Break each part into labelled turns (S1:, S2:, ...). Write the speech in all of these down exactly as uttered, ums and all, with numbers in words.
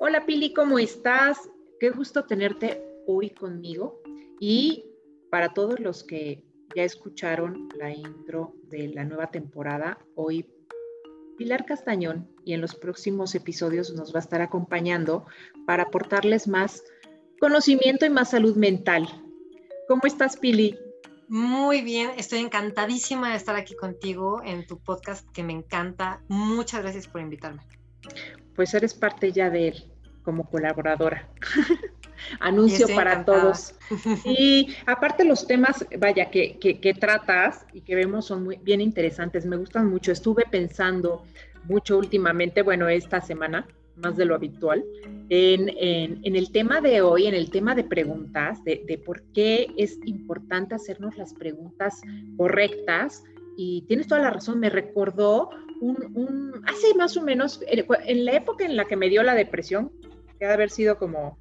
S1: Hola Pili, ¿cómo estás? Qué gusto tenerte hoy conmigo. Y para todos los que ya escucharon la intro de la nueva temporada, hoy Pilar Castañón y en los próximos episodios nos va a estar acompañando para aportarles más conocimiento y más salud mental. ¿Cómo estás, Pili?
S2: Muy bien, estoy encantadísima de estar aquí contigo en tu podcast que me encanta. Muchas gracias por invitarme.
S1: Pues eres parte ya de él como colaboradora. Anuncio para encantada. Todos. Y aparte los temas, vaya, que, que, que tratas y que vemos son muy bien interesantes, me gustan mucho. Estuve pensando mucho últimamente, bueno, esta semana, más de lo habitual, en, en, en el tema de hoy, en el tema de preguntas, de, de por qué es importante hacernos las preguntas correctas. Y tienes toda la razón, me recordó un, un hace más o menos, en la época en la que me dio la depresión, que ha de haber sido como,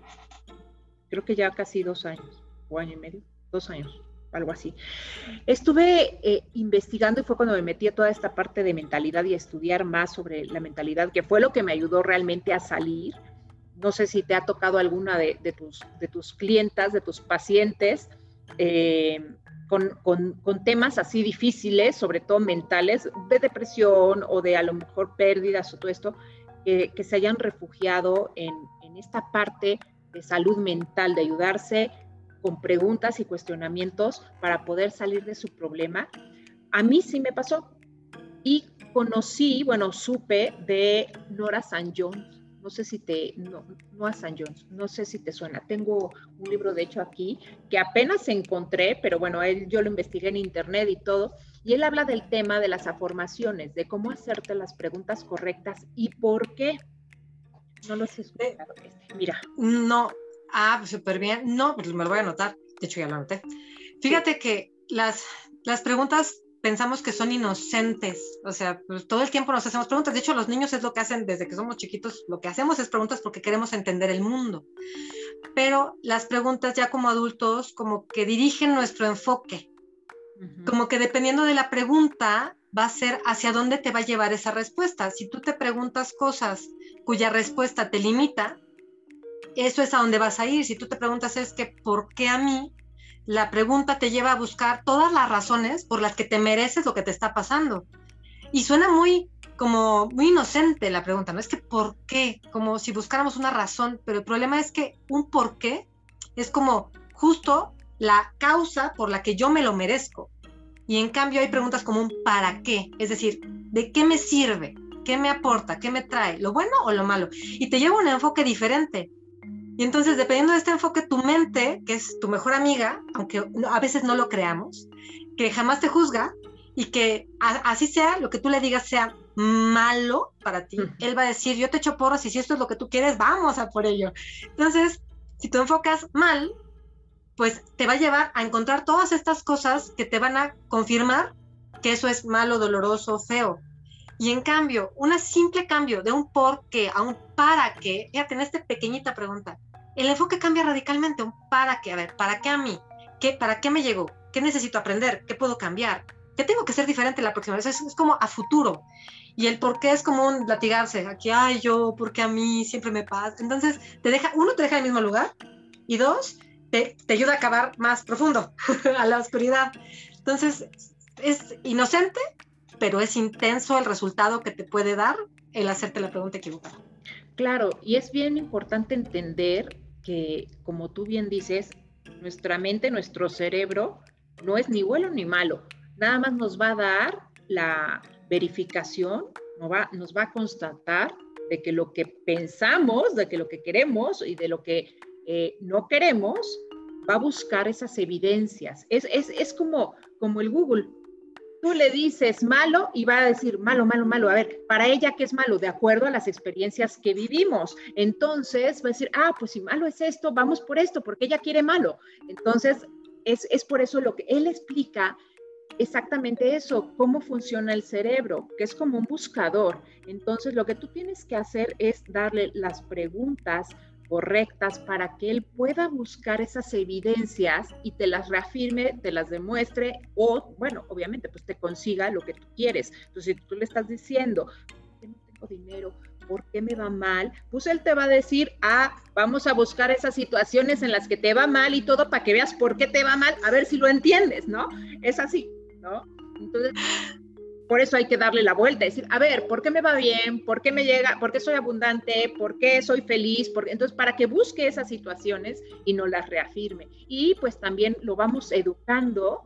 S1: creo que ya casi dos años, o año y medio, dos años, algo así. Estuve eh, investigando y fue cuando me metí a toda esta parte de mentalidad y a estudiar más sobre la mentalidad, que fue lo que me ayudó realmente a salir. No sé si te ha tocado alguna de, de, tus, de tus clientas, de tus pacientes, eh, con, con, con temas así difíciles, sobre todo mentales, de depresión o de a lo mejor pérdidas o todo esto, que, que se hayan refugiado en, en esta parte de salud mental, de ayudarse con preguntas y cuestionamientos para poder salir de su problema. A mí sí me pasó y conocí, bueno, supe de Nora St. Jones. No sé si te, no, Noah St. Jones, no sé si te suena. Tengo un libro, de hecho, aquí, que apenas encontré, pero bueno, él, yo lo investigué en internet y todo, y él habla del tema de las afirmaciones, de cómo hacerte las preguntas correctas y por qué. No lo sé escuchado, este, mira.
S2: No, ah, pues súper bien. No, pues me lo voy a anotar. De hecho, ya lo anoté. Fíjate sí. que las, las preguntas pensamos que son inocentes, o sea, pues todo el tiempo nos hacemos preguntas. De hecho, los niños es lo que hacen desde que somos chiquitos, lo que hacemos es preguntas porque queremos entender el mundo. Pero las preguntas ya como adultos como que dirigen nuestro enfoque. Uh-huh. Como que dependiendo de la pregunta va a ser hacia dónde te va a llevar esa respuesta. Si tú te preguntas cosas cuya respuesta te limita, eso es a donde vas a ir. Si tú te preguntas es que ¿por qué a mí? La pregunta te lleva a buscar todas las razones por las que te mereces lo que te está pasando. Y suena muy, como muy inocente la pregunta, ¿no? Es que ¿por qué? Como si buscáramos una razón, pero el problema es que un por qué es como justo la causa por la que yo me lo merezco. Y en cambio hay preguntas como un ¿para qué? Es decir, ¿de qué me sirve? ¿Qué me aporta? ¿Qué me trae? ¿Lo bueno o lo malo? Y te lleva a un enfoque diferente. Y entonces, dependiendo de este enfoque, tu mente, que es tu mejor amiga, aunque a veces no lo creamos, que jamás te juzga y que a, así sea, lo que tú le digas sea malo para ti, uh-huh. Él va a decir, yo te echo porras y si esto es lo que tú quieres, vamos a por ello. Entonces, si tú enfocas mal, pues te va a llevar a encontrar todas estas cosas que te van a confirmar que eso es malo, doloroso, feo. Y en cambio, un simple cambio de un por qué a un para qué, fíjate, en esta pequeñita pregunta, el enfoque cambia radicalmente, un para qué, a ver, ¿para qué a mí? ¿Qué, ¿Para qué me llegó? ¿Qué necesito aprender? ¿Qué puedo cambiar? ¿Qué tengo que ser diferente la próxima vez? Es, es como a futuro. Y el por qué es como un latigarse, aquí, ay, yo, ¿por qué a mí? Siempre me pasa. Entonces, te deja, uno, te deja en el mismo lugar, y dos, te, te ayuda a cavar más profundo, a la oscuridad. Entonces, es inocente, pero es intenso el resultado que te puede dar el hacerte la pregunta equivocada.
S1: Claro, y es bien importante entender que, como tú bien dices, nuestra mente, nuestro cerebro, no es ni bueno ni malo. Nada más nos va a dar la verificación, nos va, nos va a constatar de que lo que pensamos, de que lo que queremos y de lo que eh, no queremos, va a buscar esas evidencias. Es, es, es como, como el Google. Tú le dices malo y va a decir malo, malo, malo. A ver, para ella, ¿qué es malo? De acuerdo a las experiencias que vivimos. Entonces va a decir, ah, pues si malo es esto, vamos por esto, porque ella quiere malo. Entonces, es, es por eso lo que él explica exactamente eso, cómo funciona el cerebro, que es como un buscador. Entonces, lo que tú tienes que hacer es darle las preguntas correctas para que él pueda buscar esas evidencias y te las reafirme, te las demuestre o, bueno, obviamente, pues te consiga lo que tú quieres. Entonces, si tú le estás diciendo, que no tengo dinero, ¿por qué me va mal? Pues él te va a decir, ah, vamos a buscar esas situaciones en las que te va mal y todo para que veas por qué te va mal, a ver si lo entiendes, ¿no? Es así, ¿no? Entonces, por eso hay que darle la vuelta, decir, a ver, ¿por qué me va bien? ¿Por qué me llega? ¿Por qué soy abundante? ¿Por qué soy feliz? ¿Por qué? Entonces, para que busque esas situaciones y no las reafirme. Y pues también lo vamos educando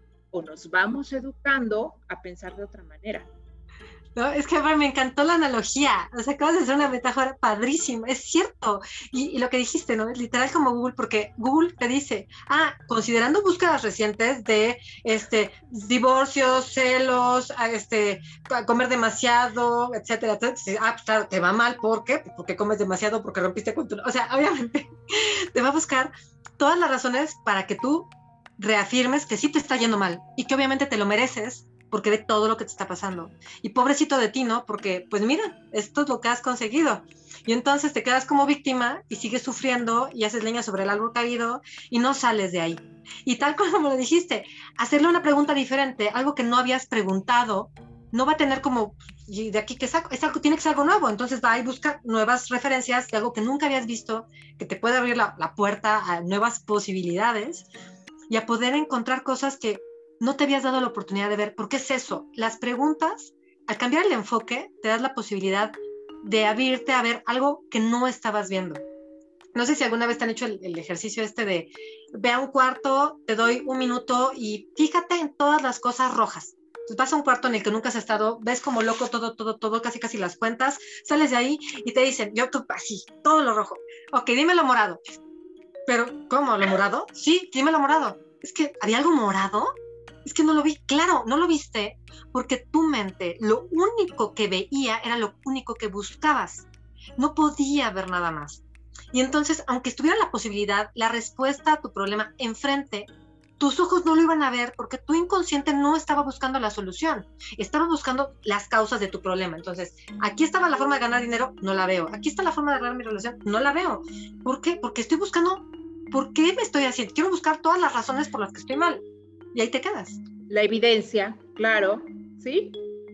S1: o nos vamos educando a pensar de otra manera.
S2: No, es que me encantó la analogía, o sea, acabas de hacer una metáfora padrísima, es cierto, y, y lo que dijiste, ¿no? Es literal como Google, porque Google te dice, ah, considerando búsquedas recientes de este, divorcios, celos, este, comer demasiado, etcétera, etcétera, ah, pues claro, te va mal, ¿por qué? Porque comes demasiado, porque rompiste con tu... O sea, obviamente, te va a buscar todas las razones para que tú reafirmes que sí te está yendo mal, y que obviamente te lo mereces, porque ve todo lo que te está pasando. Y pobrecito de ti, ¿no? Porque, pues mira, esto es lo que has conseguido. Y entonces te quedas como víctima y sigues sufriendo y haces leña sobre el árbol caído y no sales de ahí. Y tal como lo dijiste, hacerle una pregunta diferente, algo que no habías preguntado, no va a tener como, ¿y de aquí qué saco? Es algo, tiene que ser algo nuevo. Entonces va y busca nuevas referencias de algo que nunca habías visto, que te puede abrir la, la puerta a nuevas posibilidades y a poder encontrar cosas que no te habías dado la oportunidad de ver. ¿Por qué es eso? Las preguntas, al cambiar el enfoque, te das la posibilidad de abrirte a ver algo que no estabas viendo. No sé si alguna vez te han hecho el, el ejercicio este de ve a un cuarto, te doy un minuto y fíjate en todas las cosas rojas. Entonces vas a un cuarto en el que nunca has estado, ves como loco todo, todo, todo, casi, casi las cuentas, sales de ahí y te dicen, yo tú así, todo lo rojo. Ok, dime lo morado. Pero, ¿cómo? ¿Lo morado? Sí, dime lo morado. Es que, ¿había algo morado? Es que no lo vi, claro, no lo viste, porque tu mente lo único que veía era lo único que buscabas. No podía ver nada más. Y entonces, aunque estuviera la posibilidad, la respuesta a tu problema enfrente, tus ojos no lo iban a ver porque tu inconsciente no estaba buscando la solución, estaba buscando las causas de tu problema. Entonces, aquí estaba la forma de ganar dinero, no la veo. Aquí está la forma de arreglar mi relación, no la veo. ¿Por qué? Porque estoy buscando, ¿por qué me estoy haciendo? Quiero buscar todas las razones por las que estoy mal. Y ahí te quedas.
S1: La evidencia, claro, ¿sí?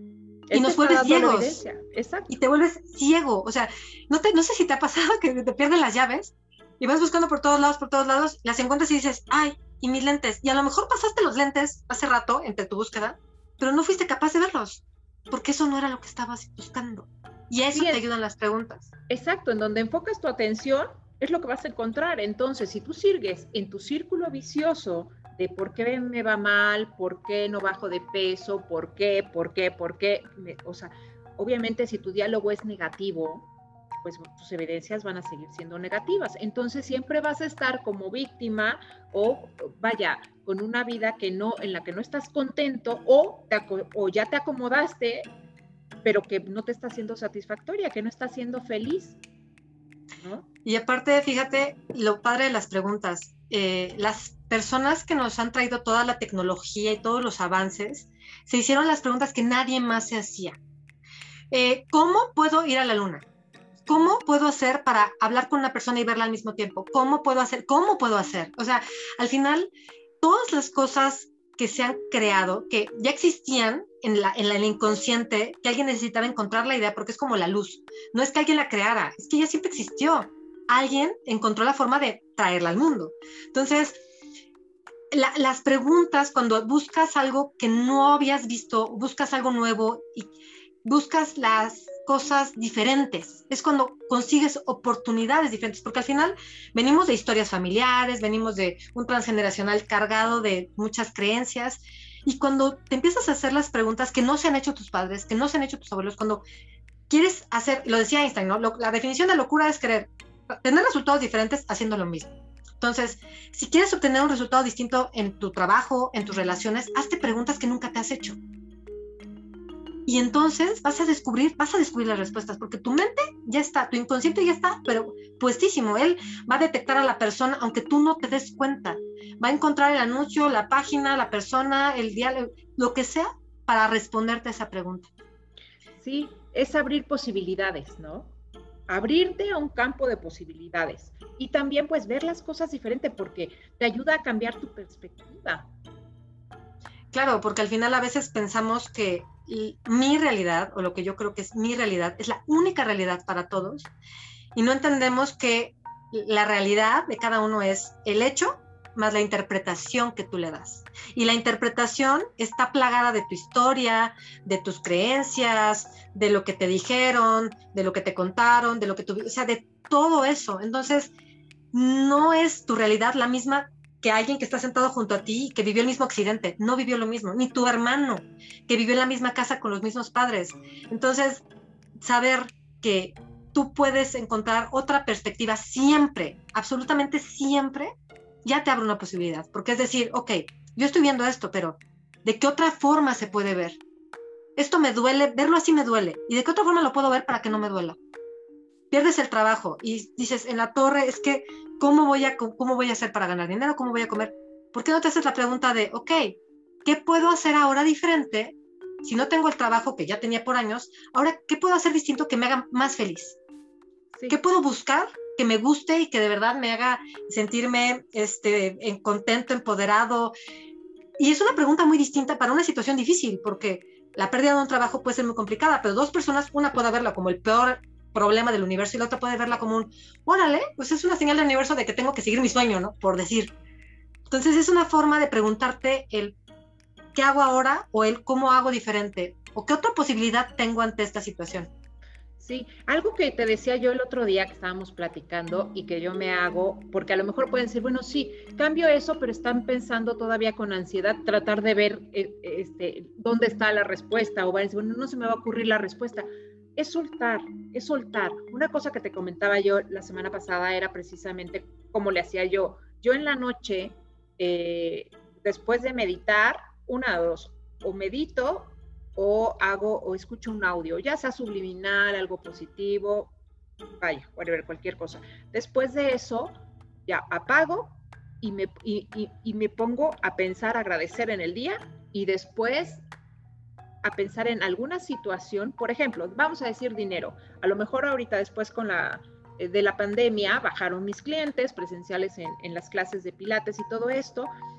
S2: Y nos vuelves ciegos.
S1: Exacto.
S2: Y te vuelves ciego. O sea, no, te, no sé si te ha pasado que te pierden las llaves y vas buscando por todos lados, por todos lados, las encuentras y dices, ay, y mis lentes. Y a lo mejor pasaste los lentes hace rato entre tu búsqueda, pero no fuiste capaz de verlos, porque eso no era lo que estabas buscando. Y a eso sí, te ayudan las preguntas.
S1: Exacto, en donde enfocas tu atención es lo que vas a encontrar. Entonces, si tú sigues en tu círculo vicioso de por qué me va mal, por qué no bajo de peso, por qué, por qué, por qué, me, o sea, obviamente si tu diálogo es negativo, pues tus evidencias van a seguir siendo negativas. Entonces siempre vas a estar como víctima o vaya, con una vida que no, en la que no estás contento o, te, o ya te acomodaste, pero que no te está siendo satisfactoria, que no estás siendo feliz, ¿no?
S2: Y aparte, fíjate, lo padre de las preguntas, eh, las personas que nos han traído toda la tecnología y todos los avances, se hicieron las preguntas que nadie más se hacía. Eh, ¿Cómo puedo ir a la luna? ¿Cómo puedo hacer para hablar con una persona y verla al mismo tiempo? ¿Cómo puedo hacer? ¿Cómo puedo hacer? O sea, al final, todas las cosas que se han creado, que ya existían en, la, en la, el inconsciente, que alguien necesitaba encontrar la idea, porque es como la luz. No es que alguien la creara, es que ya siempre existió. Alguien encontró la forma de traerla al mundo. Entonces, la, las preguntas, cuando buscas algo que no habías visto, buscas algo nuevo y buscas las cosas diferentes, es cuando consigues oportunidades diferentes, porque al final venimos de historias familiares, venimos de un transgeneracional cargado de muchas creencias, y cuando te empiezas a hacer las preguntas que no se han hecho tus padres, que no se han hecho tus abuelos, cuando quieres hacer, lo decía Einstein, ¿no? Lo, la definición de locura es querer tener resultados diferentes haciendo lo mismo. Entonces, si quieres obtener un resultado distinto en tu trabajo, en tus relaciones, hazte preguntas que nunca te has hecho. Y entonces vas a descubrir, vas a descubrir las respuestas, porque tu mente ya está, tu inconsciente ya está, pero puestísimo. Él va a detectar a la persona, aunque tú no te des cuenta. Va a encontrar el anuncio, la página, la persona, el diálogo, lo que sea, para responderte a esa pregunta.
S1: Sí, es abrir posibilidades, ¿no? Abrirte a un campo de posibilidades. Y también, pues, ver las cosas diferente, porque te ayuda a cambiar tu perspectiva.
S2: Claro, porque al final a veces pensamos que y mi realidad, o lo que yo creo que es mi realidad, es la única realidad para todos, y no entendemos que la realidad de cada uno es el hecho más la interpretación que tú le das. Y la interpretación está plagada de tu historia, de tus creencias, de lo que te dijeron, de lo que te contaron, de lo que tú, o sea, de todo eso. Entonces, no es tu realidad la misma que alguien que está sentado junto a ti y que vivió el mismo accidente. No vivió lo mismo, ni tu hermano, que vivió en la misma casa con los mismos padres. Entonces, saber que tú puedes encontrar otra perspectiva siempre, absolutamente siempre, ya te abre una posibilidad, porque es decir, ok, yo estoy viendo esto, pero ¿de qué otra forma se puede ver? Esto me duele, verlo así me duele, ¿y de qué otra forma lo puedo ver para que no me duela? Pierdes el trabajo y dices, en la torre, es que, ¿cómo voy a, cómo voy a hacer para ganar dinero? ¿Cómo voy a comer? ¿Por qué no te haces la pregunta de, ok, ¿qué puedo hacer ahora diferente? Si no tengo el trabajo que ya tenía por años, ahora, ¿qué puedo hacer distinto que me haga más feliz? Sí. ¿Qué puedo buscar que me guste y que de verdad me haga sentirme este, en contento, empoderado? Y es una pregunta muy distinta para una situación difícil, porque la pérdida de un trabajo puede ser muy complicada, pero dos personas, una puede verla como el peor problema del universo y la otra puede verla como un, órale, pues es una señal del universo de que tengo que seguir mi sueño, ¿no? Por decir. Entonces es una forma de preguntarte el ¿qué hago ahora? O el ¿cómo hago diferente? ¿O qué otra posibilidad tengo ante esta situación?
S1: Sí, algo que te decía yo el otro día que estábamos platicando y que yo me hago, porque a lo mejor pueden decir, bueno, sí, cambio eso, pero están pensando todavía con ansiedad tratar de ver este, dónde está la respuesta, o van a decir, bueno, no se me va a ocurrir la respuesta. Es soltar, es soltar. Una cosa que te comentaba yo la semana pasada era precisamente cómo le hacía yo. Yo en la noche, eh, después de meditar, una o dos, o medito, o hago o escucho un audio, ya sea subliminal, algo positivo, vaya, whatever, cualquier cosa. Después de eso, ya apago y me, y, y, y me pongo a pensar, a agradecer en el día y después a pensar en alguna situación. Por ejemplo, vamos a decir dinero. A lo mejor ahorita después con la de la pandemia bajaron mis clientes presenciales en, en las clases de pilates y todo esto,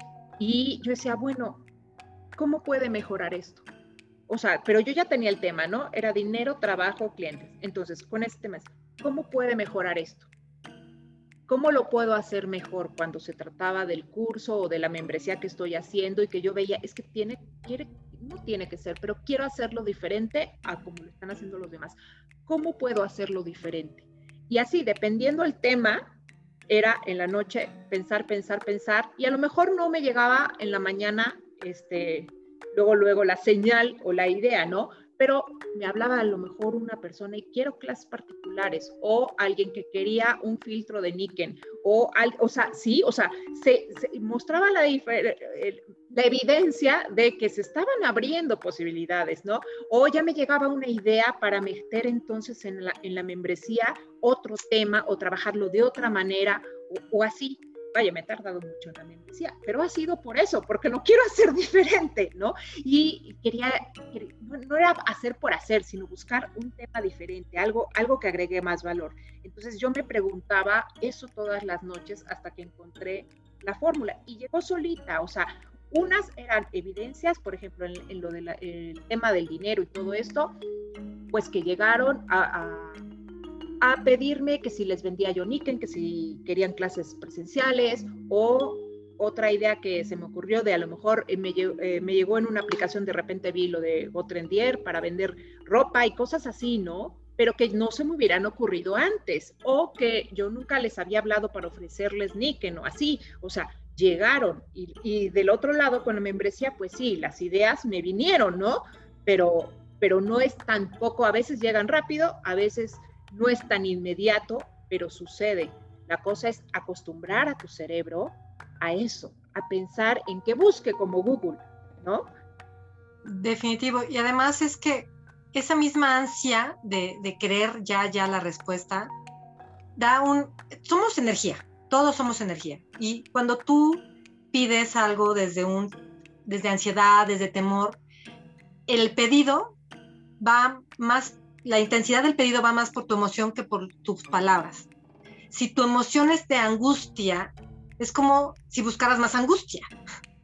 S1: y yo decía, bueno, ¿cómo puede mejorar esto? O sea, pero yo ya tenía el tema, ¿no? Era dinero, trabajo, clientes. Entonces, con este tema, ¿cómo puede mejorar esto? ¿Cómo lo puedo hacer mejor cuando se trataba del curso o de la membresía que estoy haciendo y que yo veía, es que tiene, quiere, no tiene que ser, pero quiero hacerlo diferente a como lo están haciendo los demás. ¿Cómo puedo hacerlo diferente? Y así, dependiendo el tema, era en la noche pensar, pensar, pensar, y a lo mejor no me llegaba en la mañana, este... luego, luego la señal o la idea, ¿no? Pero me hablaba a lo mejor una persona y quiero clases particulares, o alguien que quería un filtro de Nikken, o, al, o sea, sí, o sea, se, se mostraba la, la evidencia de que se estaban abriendo posibilidades, ¿no? O ya me llegaba una idea para meter entonces en la, en la membresía otro tema o trabajarlo de otra manera, o, o así. Vaya, me he tardado mucho en la membresía, pero ha sido por eso, porque lo quiero hacer diferente, ¿no? Y quería, quería no, no era hacer por hacer, sino buscar un tema diferente, algo, algo que agregue más valor. Entonces yo me preguntaba eso todas las noches hasta que encontré la fórmula y llegó solita, o sea, unas eran evidencias, por ejemplo, en, en lo del tema del dinero y todo esto, pues que llegaron a... a a pedirme que si les vendía yo Nikken, que si querían clases presenciales, o otra idea que se me ocurrió de a lo mejor eh, me, eh, me llegó en una aplicación, de repente vi lo de GoTrendier para vender ropa y cosas así, ¿no? Pero que no se me hubieran ocurrido antes, o que yo nunca les había hablado para ofrecerles Nikken o así, o sea, llegaron, y, y del otro lado con la membresía, pues sí, las ideas me vinieron, ¿no? Pero, pero no es tampoco, a veces llegan rápido, a veces no es tan inmediato, pero sucede. La cosa es acostumbrar a tu cerebro a eso, a pensar en que busque como Google, ¿no?
S2: Definitivo. Y además es que esa misma ansia de, de querer ya, ya la respuesta, da un... Somos energía, todos somos energía. Y cuando tú pides algo desde, un, desde ansiedad, desde temor, el pedido va más... La intensidad del pedido va más por tu emoción que por tus palabras. Si tu emoción es de angustia, es como si buscaras más angustia.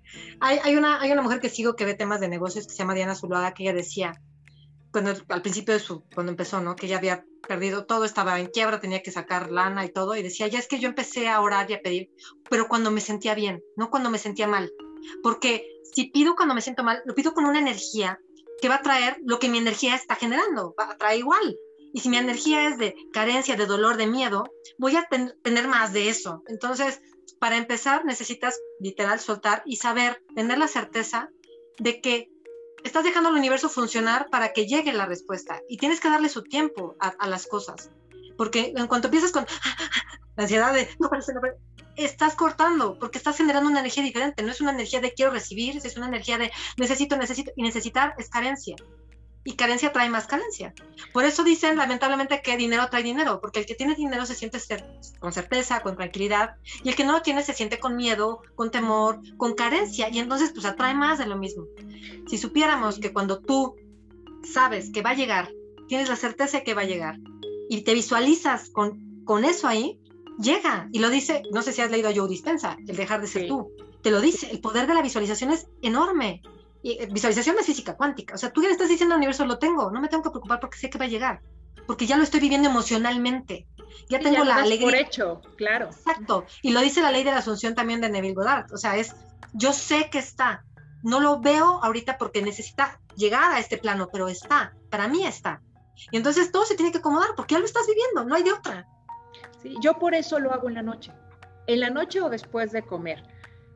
S2: Hay, hay, una, hay una mujer que sigo que ve temas de negocios que se llama Diana Zuluaga, que ella decía, cuando, al principio de su, cuando empezó, ¿no? Que ella había perdido todo, estaba en quiebra, tenía que sacar lana y todo, y decía, ya es que yo empecé a orar y a pedir, pero cuando me sentía bien, no cuando me sentía mal, porque si pido cuando me siento mal, lo pido con una energía que va a traer lo que mi energía está generando, va a traer igual, y si mi energía es de carencia, de dolor, de miedo, voy a ten- tener más de eso. Entonces, para empezar, necesitas literal soltar y saber, tener la certeza de que estás dejando al universo funcionar para que llegue la respuesta y tienes que darle su tiempo a, a las cosas, porque en cuanto empiezas con la ansiedad de no parece, no parece, estás cortando, porque estás generando una energía diferente, no es una energía de quiero recibir, es una energía de necesito, necesito, y necesitar es carencia, y carencia trae más carencia. Por eso dicen lamentablemente que dinero trae dinero, porque el que tiene dinero se siente ser, con certeza, con tranquilidad, y el que no lo tiene se siente con miedo, con temor, con carencia, y entonces pues atrae más de lo mismo. Si supiéramos que cuando tú sabes que va a llegar, tienes la certeza de que va a llegar, y te visualizas con, con eso ahí, llega, y lo dice, no sé si has leído a Joe Dispenza, El dejar de ser sí. tú, te lo dice, el poder de la visualización es enorme. Y visualización es física cuántica, o sea, tú ya le estás diciendo al universo, lo tengo, no me tengo que preocupar porque sé que va a llegar, porque ya lo estoy viviendo emocionalmente, ya sí, tengo ya la alegría.
S1: Por hecho, claro.
S2: Exacto, y lo dice la ley de la asunción también de Neville Goddard, o sea, es, yo sé que está, no lo veo ahorita porque necesita llegar a este plano, pero está, para mí está. Y entonces todo se tiene que acomodar porque ya lo estás viviendo, no hay de otra.
S1: Sí, yo por eso lo hago en la noche, en la noche o después de comer.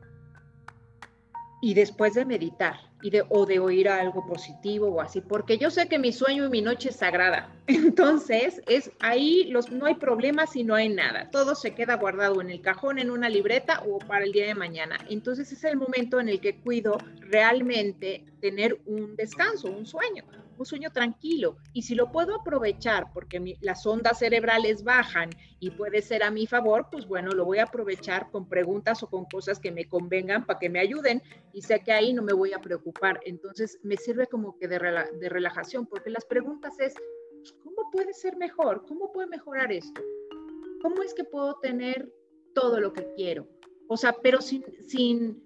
S1: Y después de meditar y de, o de oír algo positivo o así, porque yo sé que mi sueño y mi noche es sagrada. Entonces, es ahí los, no hay problemas y no hay nada. Todo se queda guardado en el cajón, en una libreta o para el día de mañana. Entonces, es el momento en el que cuido realmente tener un descanso, un sueño, un sueño tranquilo. Y si lo puedo aprovechar porque mi, las ondas cerebrales bajan y puede ser a mi favor, pues bueno, lo voy a aprovechar con preguntas o con cosas que me convengan para que me ayuden y sé que ahí no me voy a preocupar. Entonces me sirve como que de, rela de relajación, porque las preguntas es, pues, ¿cómo puede ser mejor? ¿Cómo puede mejorar esto? ¿Cómo es que puedo tener todo lo que quiero? O sea, pero sin, sin,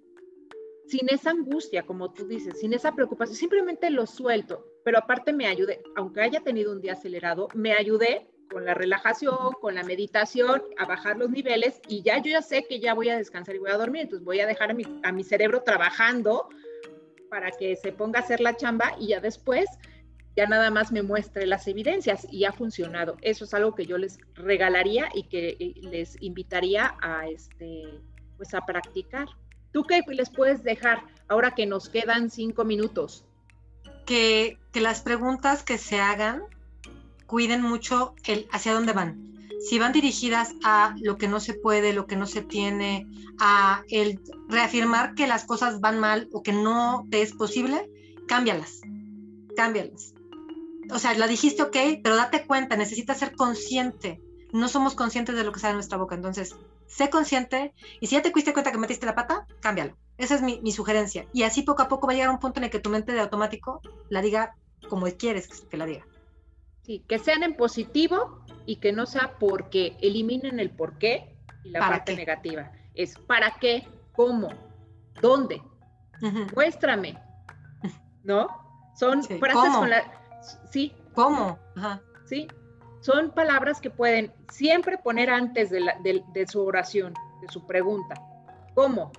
S1: sin esa angustia, como tú dices, sin esa preocupación, simplemente lo suelto, pero aparte me ayudé, aunque haya tenido un día acelerado, me ayudé con la relajación, con la meditación, a bajar los niveles y ya yo ya sé que ya voy a descansar y voy a dormir, entonces voy a dejar a mi, a mi cerebro trabajando para que se ponga a hacer la chamba y ya después ya nada más me muestre las evidencias y ha funcionado. Eso es algo que yo les regalaría y que les invitaría a, este, pues a practicar. ¿Tú qué les puedes dejar ahora que nos quedan cinco minutos?
S2: Que, que las preguntas que se hagan cuiden mucho el hacia dónde van. Si van dirigidas a lo que no se puede, lo que no se tiene, a el reafirmar que las cosas van mal o que no te es posible, cámbialas, cámbialas. O sea, la dijiste ok, pero date cuenta, necesitas ser consciente. No somos conscientes de lo que sale de nuestra boca, entonces, sé consciente y si ya te diste cuenta que metiste la pata, cámbialo. Esa es mi, mi sugerencia. Y así poco a poco va a llegar un punto en el que tu mente de automático la diga como quieres que la diga.
S1: Sí, que sean en positivo y que no sea porque eliminen el por qué y la parte qué? negativa. Es para qué, cómo, dónde, uh-huh. muéstrame, ¿no? Son sí. frases ¿Cómo? con la... Sí.
S2: ¿Cómo? Ajá.
S1: Sí. Son palabras que pueden siempre poner antes de, la, de, de su oración, de su pregunta. ¿Cómo?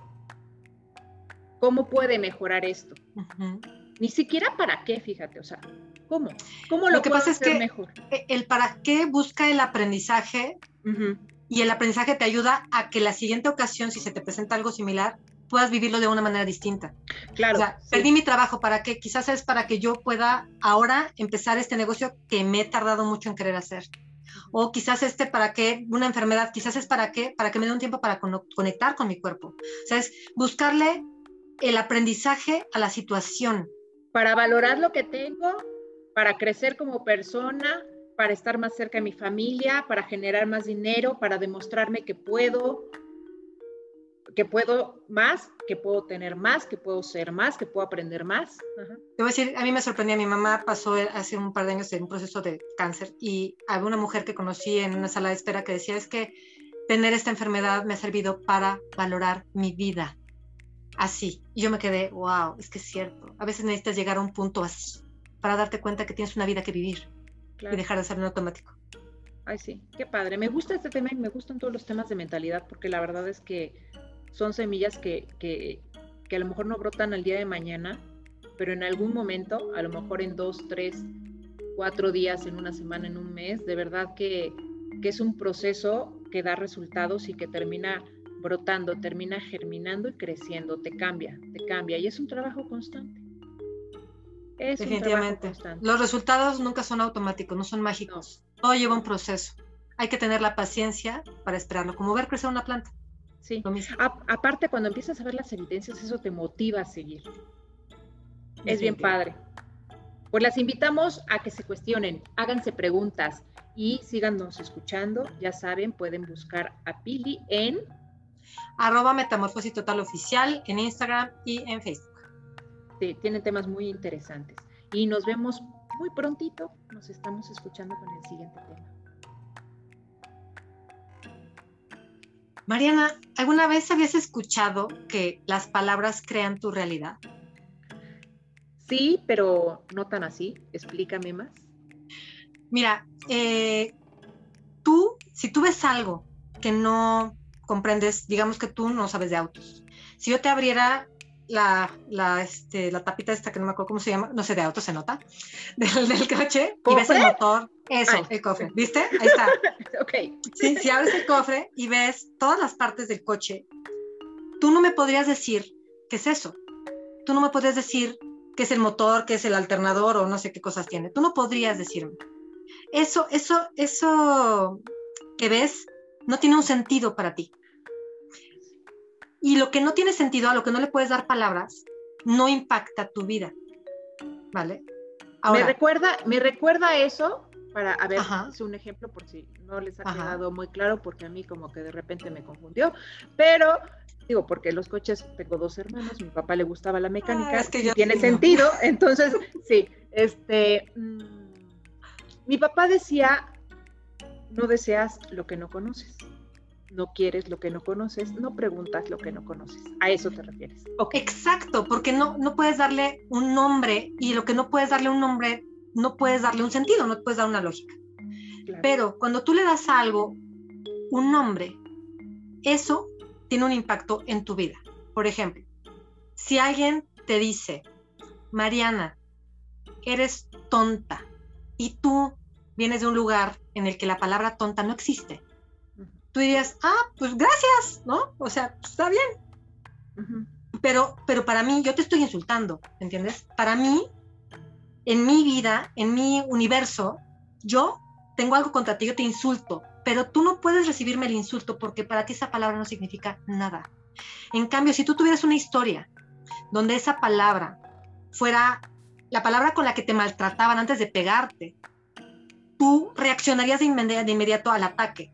S1: ¿Cómo puede mejorar esto? Uh-huh. Ni siquiera para qué, fíjate, o sea, ¿cómo? ¿Cómo lo,
S2: lo que pasa es que mejor? El para qué busca el aprendizaje uh-huh. y el aprendizaje te ayuda a que la siguiente ocasión, si se te presenta algo similar, puedas vivirlo de una manera distinta.
S1: Claro.
S2: O sea,
S1: sí.
S2: perdí mi trabajo, ¿para qué? Quizás es para que yo pueda ahora empezar este negocio que me he tardado mucho en querer hacer. O quizás este para qué, una enfermedad, quizás es para qué, para que me dé un tiempo para con- conectar con mi cuerpo. O sea, es buscarle el aprendizaje a la situación.
S1: Para valorar lo que tengo, para crecer como persona, para estar más cerca de mi familia, para generar más dinero, para demostrarme que puedo, que puedo más, que puedo tener más, que puedo ser más, que puedo aprender más. Ajá.
S2: Te voy a decir, a mí me sorprendía, mi mamá pasó hace un par de años en un proceso de cáncer y había una mujer que conocí en una sala de espera que decía, es que tener esta enfermedad me ha servido para valorar mi vida. así. Y yo me quedé, wow, es que es cierto. A veces necesitas llegar a un punto así para darte cuenta que tienes una vida que vivir, claro, y dejar de ser en automático.
S1: Ay, sí, qué padre. Me gusta este tema y me gustan todos los temas de mentalidad, porque la verdad es que son semillas que, que, que a lo mejor no brotan al día de mañana, pero en algún momento, a lo mejor en dos, tres, cuatro días, en una semana, en un mes, de verdad que, que es un proceso que da resultados y que termina brotando, termina germinando y creciendo, te cambia, te cambia, y es un trabajo constante.
S2: Es definitivamente. Un constante. Los resultados nunca son automáticos, no son mágicos. No. Todo lleva un proceso. Hay que tener la paciencia para esperarlo, como ver crecer una planta.
S1: Sí. A, aparte, cuando empiezas a ver las evidencias, eso te motiva a seguir. Es bien padre. Pues las invitamos a que se cuestionen, háganse preguntas y síganos escuchando. Ya saben, pueden buscar a Pili en
S2: arroba Metamorfosis Total Oficial en Instagram y en Facebook.
S1: Sí, tiene temas muy interesantes. Y nos vemos muy prontito. Nos estamos escuchando con el siguiente tema.
S2: Mariana, ¿alguna vez habías escuchado que las palabras crean tu realidad?
S1: Sí, pero no tan así. Explícame más.
S2: Mira, eh, tú, si tú ves algo que no comprendes, digamos que tú no sabes de autos. Si yo te abriera la, la, este, la tapita esta que no me acuerdo cómo se llama, no sé, de auto se nota, del, del coche, ¿cofre? Y ves el motor, eso, Ay. el cofre, ¿viste? Ahí está.
S1: Ok.
S2: Sí, si abres el cofre y ves todas las partes del coche, tú no me podrías decir qué es eso. Tú no me podrías decir qué es el motor, qué es el alternador o no sé qué cosas tiene. Tú no podrías decirme. Eso, eso, eso que ves no tiene un sentido para ti. Y lo que no tiene sentido, a lo que no le puedes dar palabras, no impacta tu vida, ¿vale?
S1: Ahora, me recuerda, me recuerda eso, para, a ver, hice un ejemplo por si no les ha Ajá. quedado muy claro, porque a mí como que de repente me confundió, pero, digo, porque los coches, tengo dos hermanos, mi papá le gustaba la mecánica, ah, es que sí tiene sentido, no. Entonces, sí, este, mmm, mi papá decía, no deseas lo que no conoces. No quieres lo que no conoces, no preguntas lo que no conoces. A eso te refieres.
S2: Okay. Exacto, porque no, no puedes darle un nombre y lo que no puedes darle un nombre, no puedes darle un sentido, no puedes dar una lógica. Claro. Pero cuando tú le das a algo un nombre, eso tiene un impacto en tu vida. Por ejemplo, si alguien te dice, Mariana, eres tonta, y tú vienes de un lugar en el que la palabra tonta no existe, tú dirías, ah, pues gracias, ¿no? O sea, pues está bien. Uh-huh. Pero, pero para mí, yo te estoy insultando, ¿entiendes? Para mí, en mi vida, en mi universo, yo tengo algo contra ti, yo te insulto, pero tú no puedes recibirme el insulto porque para ti esa palabra no significa nada. En cambio, si tú tuvieras una historia donde esa palabra fuera la palabra con la que te maltrataban antes de pegarte, tú reaccionarías de inmediato, de inmediato al ataque.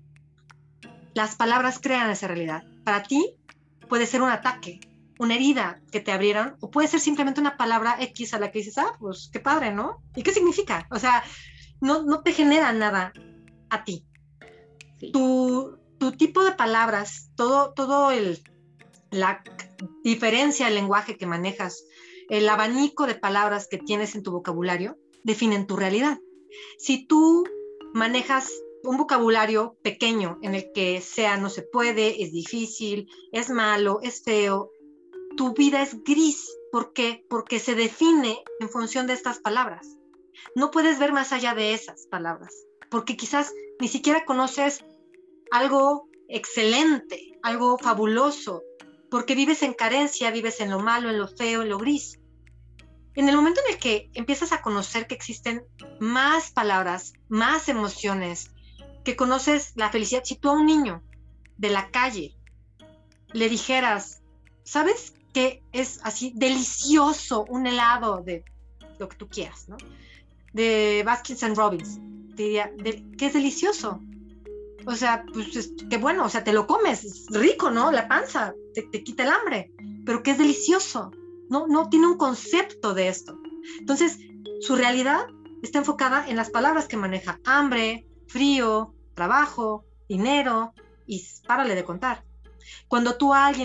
S2: Las palabras crean esa realidad. Para ti puede ser un ataque, una herida que te abrieron, o puede ser simplemente una palabra X a la que dices, ah, pues qué padre, ¿no? ¿Y qué significa? O sea, no, no te genera nada a ti. Sí. Tu, tu tipo de palabras, todo, todo el, la diferencia del lenguaje que manejas, el abanico de palabras que tienes en tu vocabulario, definen tu realidad. Si tú manejas un vocabulario pequeño en el que sea no se puede, es difícil, es malo, es feo, tu vida es gris. ¿Por qué? Porque se define en función de estas palabras. No puedes ver más allá de esas palabras, porque quizás ni siquiera conoces algo excelente, algo fabuloso, porque vives en carencia, vives en lo malo, en lo feo, en lo gris. En el momento en el que empiezas a conocer que existen más palabras, más emociones, que conoces la felicidad, si tú a un niño de la calle le dijeras, ¿sabes qué es así delicioso un helado de lo que tú quieras, ¿no? De Baskin and Robbins, te diría, ¿qué es delicioso? O sea, pues es, qué bueno, o sea, te lo comes, es rico, ¿no? La panza, te, te quita el hambre, pero ¿qué es delicioso? No, no tiene un concepto de esto. Entonces, su realidad está enfocada en las palabras que maneja: hambre, frío, trabajo, dinero, y párale de contar. Cuando tú a alguien le,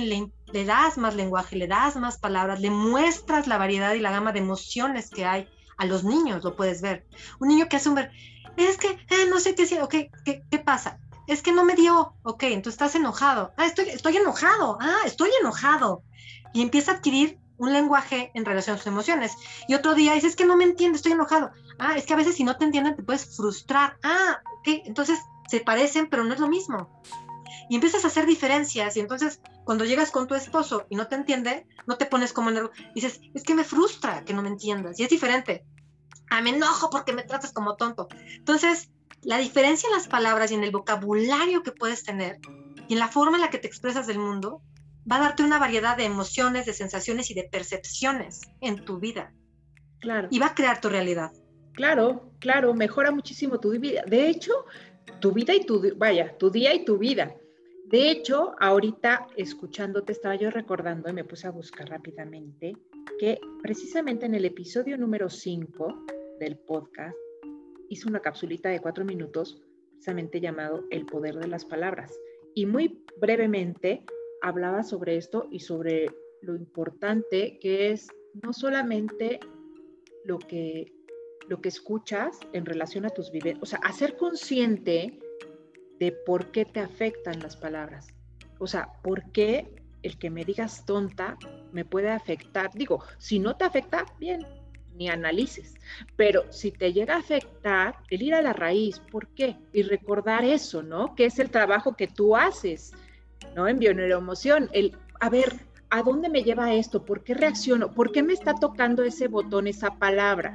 S2: le das más lenguaje, le das más palabras, le muestras la variedad y la gama de emociones que hay a los niños, lo puedes ver. Un niño que hace un ver, es que eh, no sé qué decir, ok, ¿qué, qué pasa? Es que no me dio, ok, entonces estás enojado. Ah, estoy, estoy enojado, ah, estoy enojado. Y empieza a adquirir un lenguaje en relación a sus emociones. Y otro día dices, es que no me entiende, estoy enojado. Ah, es que a veces si no te entienden te puedes frustrar. Ah, ok, entonces se parecen, pero no es lo mismo. Y empiezas a hacer diferencias, y entonces cuando llegas con tu esposo y no te entiende, no te pones como en el... Dices, es que me frustra que no me entiendas, y es diferente. Ah, me enojo porque me tratas como tonto. Entonces, la diferencia en las palabras y en el vocabulario que puedes tener, y en la forma en la que te expresas del mundo, va a darte una variedad de emociones, de sensaciones y de percepciones en tu vida.
S1: Claro.
S2: Y va a crear tu realidad.
S1: Claro, claro, mejora muchísimo tu vida. De hecho, tu vida y tu, vaya, tu día y tu vida. De hecho, ahorita escuchándote estaba yo recordando y me puse a buscar rápidamente que precisamente en el episodio número cinco del podcast hice una capsulita de cuatro minutos precisamente llamado El poder de las palabras. Y muy brevemente hablaba sobre esto y sobre lo importante que es no solamente lo que, lo que escuchas en relación a tus vivencias, o sea, hacer consciente de por qué te afectan las palabras. O sea, por qué el que me digas tonta me puede afectar. Digo, si no te afecta, bien, ni analices. Pero si te llega a afectar, el ir a la raíz, ¿por qué? Y recordar eso, ¿no? Que es el trabajo que tú haces, ¿no? En bioneuroemoción, el, a ver, ¿a dónde me lleva esto? ¿Por qué reacciono? ¿Por qué me está tocando ese botón, esa palabra?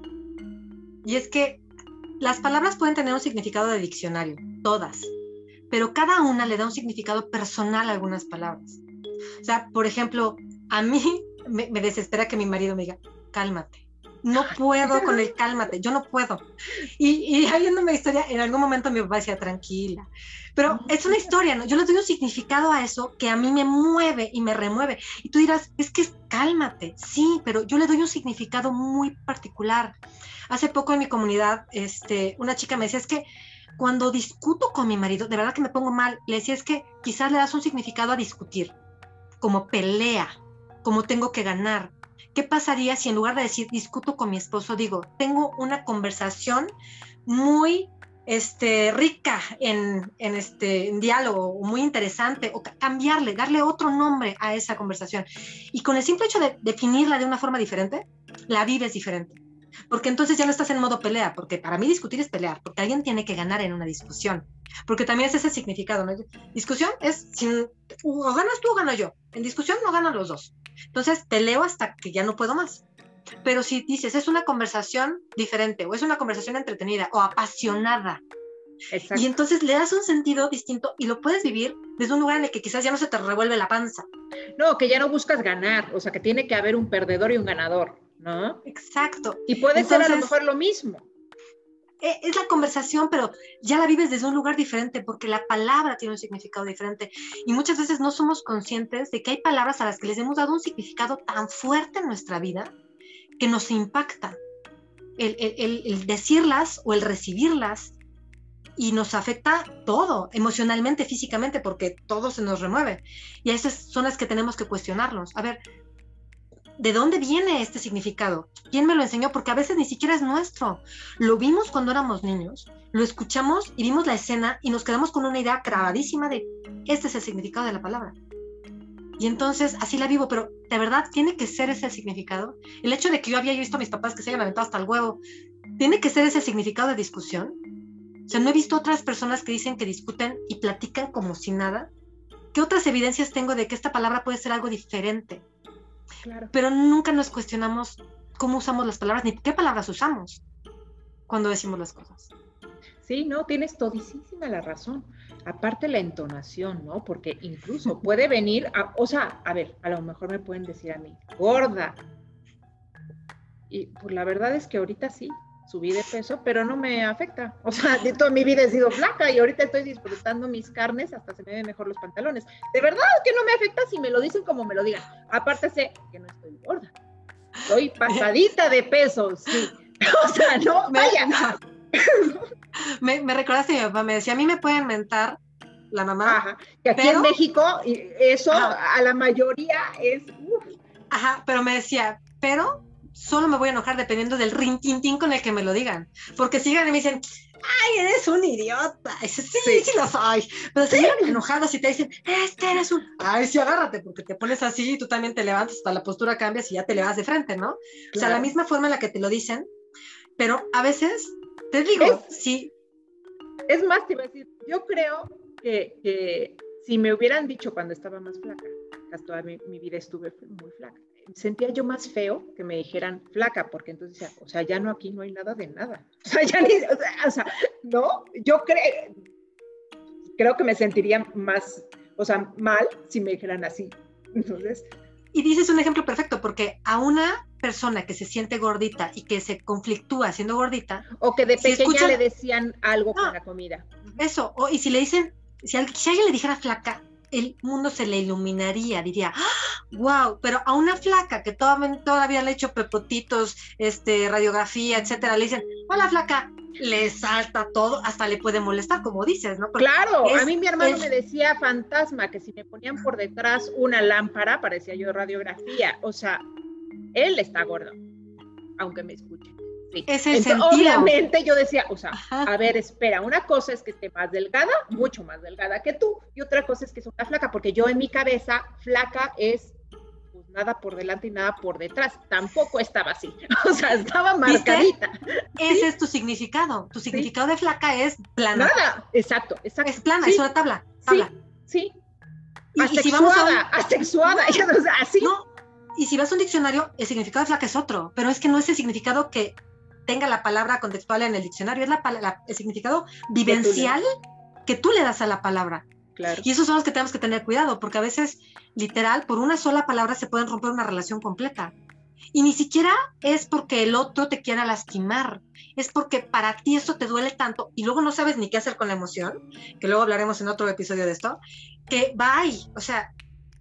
S2: Y es que las palabras pueden tener un significado de diccionario, todas, pero cada una le da un significado personal a algunas palabras. O sea, por ejemplo, a mí me, me desespera que mi marido me diga, cálmate. No puedo con el cálmate, yo no puedo. Y, y hay una historia, en algún momento mi papá decía, tranquila. Pero es una historia, ¿no? Yo le doy un significado a eso que a mí me mueve y me remueve. Y tú dirás, es que es cálmate. Sí, pero yo le doy un significado muy particular. Hace poco en mi comunidad, este, una chica me decía, es que cuando discuto con mi marido, de verdad que me pongo mal. Le decía, es que quizás le das un significado a discutir, como pelea, como tengo que ganar. ¿Qué pasaría si en lugar de decir discuto con mi esposo, digo, tengo una conversación muy este, rica en, en, este, en diálogo, muy interesante, o cambiarle, darle otro nombre a esa conversación? Y con el simple hecho de definirla de una forma diferente, la vives diferente. Porque entonces ya no estás en modo pelea, porque para mí discutir es pelear, porque alguien tiene que ganar en una discusión. Porque también es ese significado, ¿no? Discusión es, si, o ganas tú o gano yo. En discusión no ganan los dos. Entonces peleo hasta que ya no puedo más. Pero si dices, es una conversación diferente, o es una conversación entretenida, o apasionada, exacto, y entonces le das un sentido distinto y lo puedes vivir desde un lugar en el que quizás ya no se te revuelve la panza.
S1: No, que ya no buscas ganar, o sea, que tiene que haber un perdedor y un ganador, ¿no?
S2: Exacto.
S1: Y puede entonces, ser a lo mejor lo mismo.
S2: Es la conversación, pero ya la vives desde un lugar diferente, porque la palabra tiene un significado diferente. Y muchas veces no somos conscientes de que hay palabras a las que les hemos dado un significado tan fuerte en nuestra vida que nos impacta. El, el, el decirlas o el recibirlas, y nos afecta todo, emocionalmente, físicamente, porque todo se nos remueve. Y esas son las que tenemos que cuestionarnos. A ver, ¿de dónde viene este significado? ¿Quién me lo enseñó? Porque a veces ni siquiera es nuestro. Lo vimos cuando éramos niños, lo escuchamos y vimos la escena y nos quedamos con una idea grabadísima de este es el significado de la palabra. Y entonces así la vivo, pero ¿de verdad tiene que ser ese el significado? El hecho de que yo había visto a mis papás que se hayan aventado hasta el huevo, ¿tiene que ser ese el significado de discusión? O sea, no he visto otras personas que dicen que discuten y platican como si nada. ¿Qué otras evidencias tengo de que esta palabra puede ser algo diferente? Claro. Pero nunca nos cuestionamos cómo usamos las palabras, ni qué palabras usamos cuando decimos las cosas.
S1: Sí, no, tienes todísima la razón. Aparte la entonación, ¿no? Porque incluso puede venir, a, o sea, a ver, a lo mejor me pueden decir a mí, gorda. Y pues la verdad es que ahorita sí, subí de peso, pero no me afecta. O sea, de toda mi vida he sido flaca y ahorita estoy disfrutando mis carnes, hasta se me ven mejor los pantalones. De verdad que no me afecta si me lo dicen como me lo digan. Aparte sé que no estoy gorda. Estoy pasadita de peso, sí. O sea, no, vaya.
S2: Me, me recordaste a mi papá, me decía, a mí me pueden mentar la mamá.
S1: Ajá, que aquí
S2: pero,
S1: en México eso
S2: ajá,
S1: a la mayoría es... Uf.
S2: Ajá, pero me decía, pero solo me voy a enojar dependiendo del rintintín con el que me lo digan. Porque si llegan y me dicen, ay, eres un idiota. Y dice, sí, sí, sí lo soy. Pero si llegan enojados y te dicen, este eres un... Ay, sí, agárrate, porque te pones así y tú también te levantas, hasta la postura cambias y ya te le vas de frente, ¿no? Claro. O sea, la misma forma en la que te lo dicen, pero a veces, te digo,
S1: es,
S2: sí.
S1: Es más, te iba a decir, yo creo que, que si me hubieran dicho cuando estaba más flaca, casi toda mi, mi vida estuve muy flaca, sentía yo más feo que me dijeran flaca, porque entonces decía, o sea, ya no, aquí no hay nada de nada. O sea, ya ni, o sea, o sea no, yo creo, creo que me sentiría más, o sea, mal si me dijeran así. Entonces...
S2: Y dices un ejemplo perfecto, porque a una persona que se siente gordita y que se conflictúa siendo gordita...
S1: O que de
S2: si
S1: pequeña
S2: escuchan,
S1: le decían algo
S2: no,
S1: con la comida.
S2: Eso, o, y si le dicen, si, alguien, si alguien le dijera flaca, el mundo se le iluminaría, diría, ¡ah! ¡Wow! Pero a una flaca que todavía, todavía le ha hecho pepotitos, este, radiografía, etcétera, le dicen, hola flaca, le salta todo, hasta le puede molestar, como dices, ¿no? Porque
S1: claro,
S2: es,
S1: a mí mi hermano
S2: es...
S1: me decía fantasma, que si me ponían por detrás una lámpara, parecía yo radiografía, o sea, él está gordo, aunque me escuche. Sí.
S2: Es el
S1: Entonces,
S2: sentido.
S1: obviamente yo decía, o sea, ajá, a ver, espera, una cosa es que esté más delgada, mucho más delgada que tú, y otra cosa es que es una flaca, porque yo en mi cabeza, flaca es pues nada por delante y nada por detrás, tampoco estaba así, o sea, estaba marcadita.
S2: ¿Viste? Ese ¿sí? Es tu significado, tu significado ¿sí? de flaca es plana.
S1: Nada, exacto, exacto.
S2: Es plana, sí, es una tabla, tabla.
S1: Sí, sí. Y, asexuada, y si vamos a un... asexuada, no, o sea, así.
S2: No, y si vas a un diccionario, el significado de flaca es otro, pero es que no es el significado que tenga la palabra contextual en el diccionario, es la, la, el significado vivencial que tú le das a la palabra.
S1: Claro.
S2: Y esos son los que tenemos que tener cuidado, porque a veces, literal, por una sola palabra se pueden romper una relación completa. Y ni siquiera es porque el otro te quiera lastimar, es porque para ti esto te duele tanto y luego no sabes ni qué hacer con la emoción, que luego hablaremos en otro episodio de esto, que va ahí, o sea,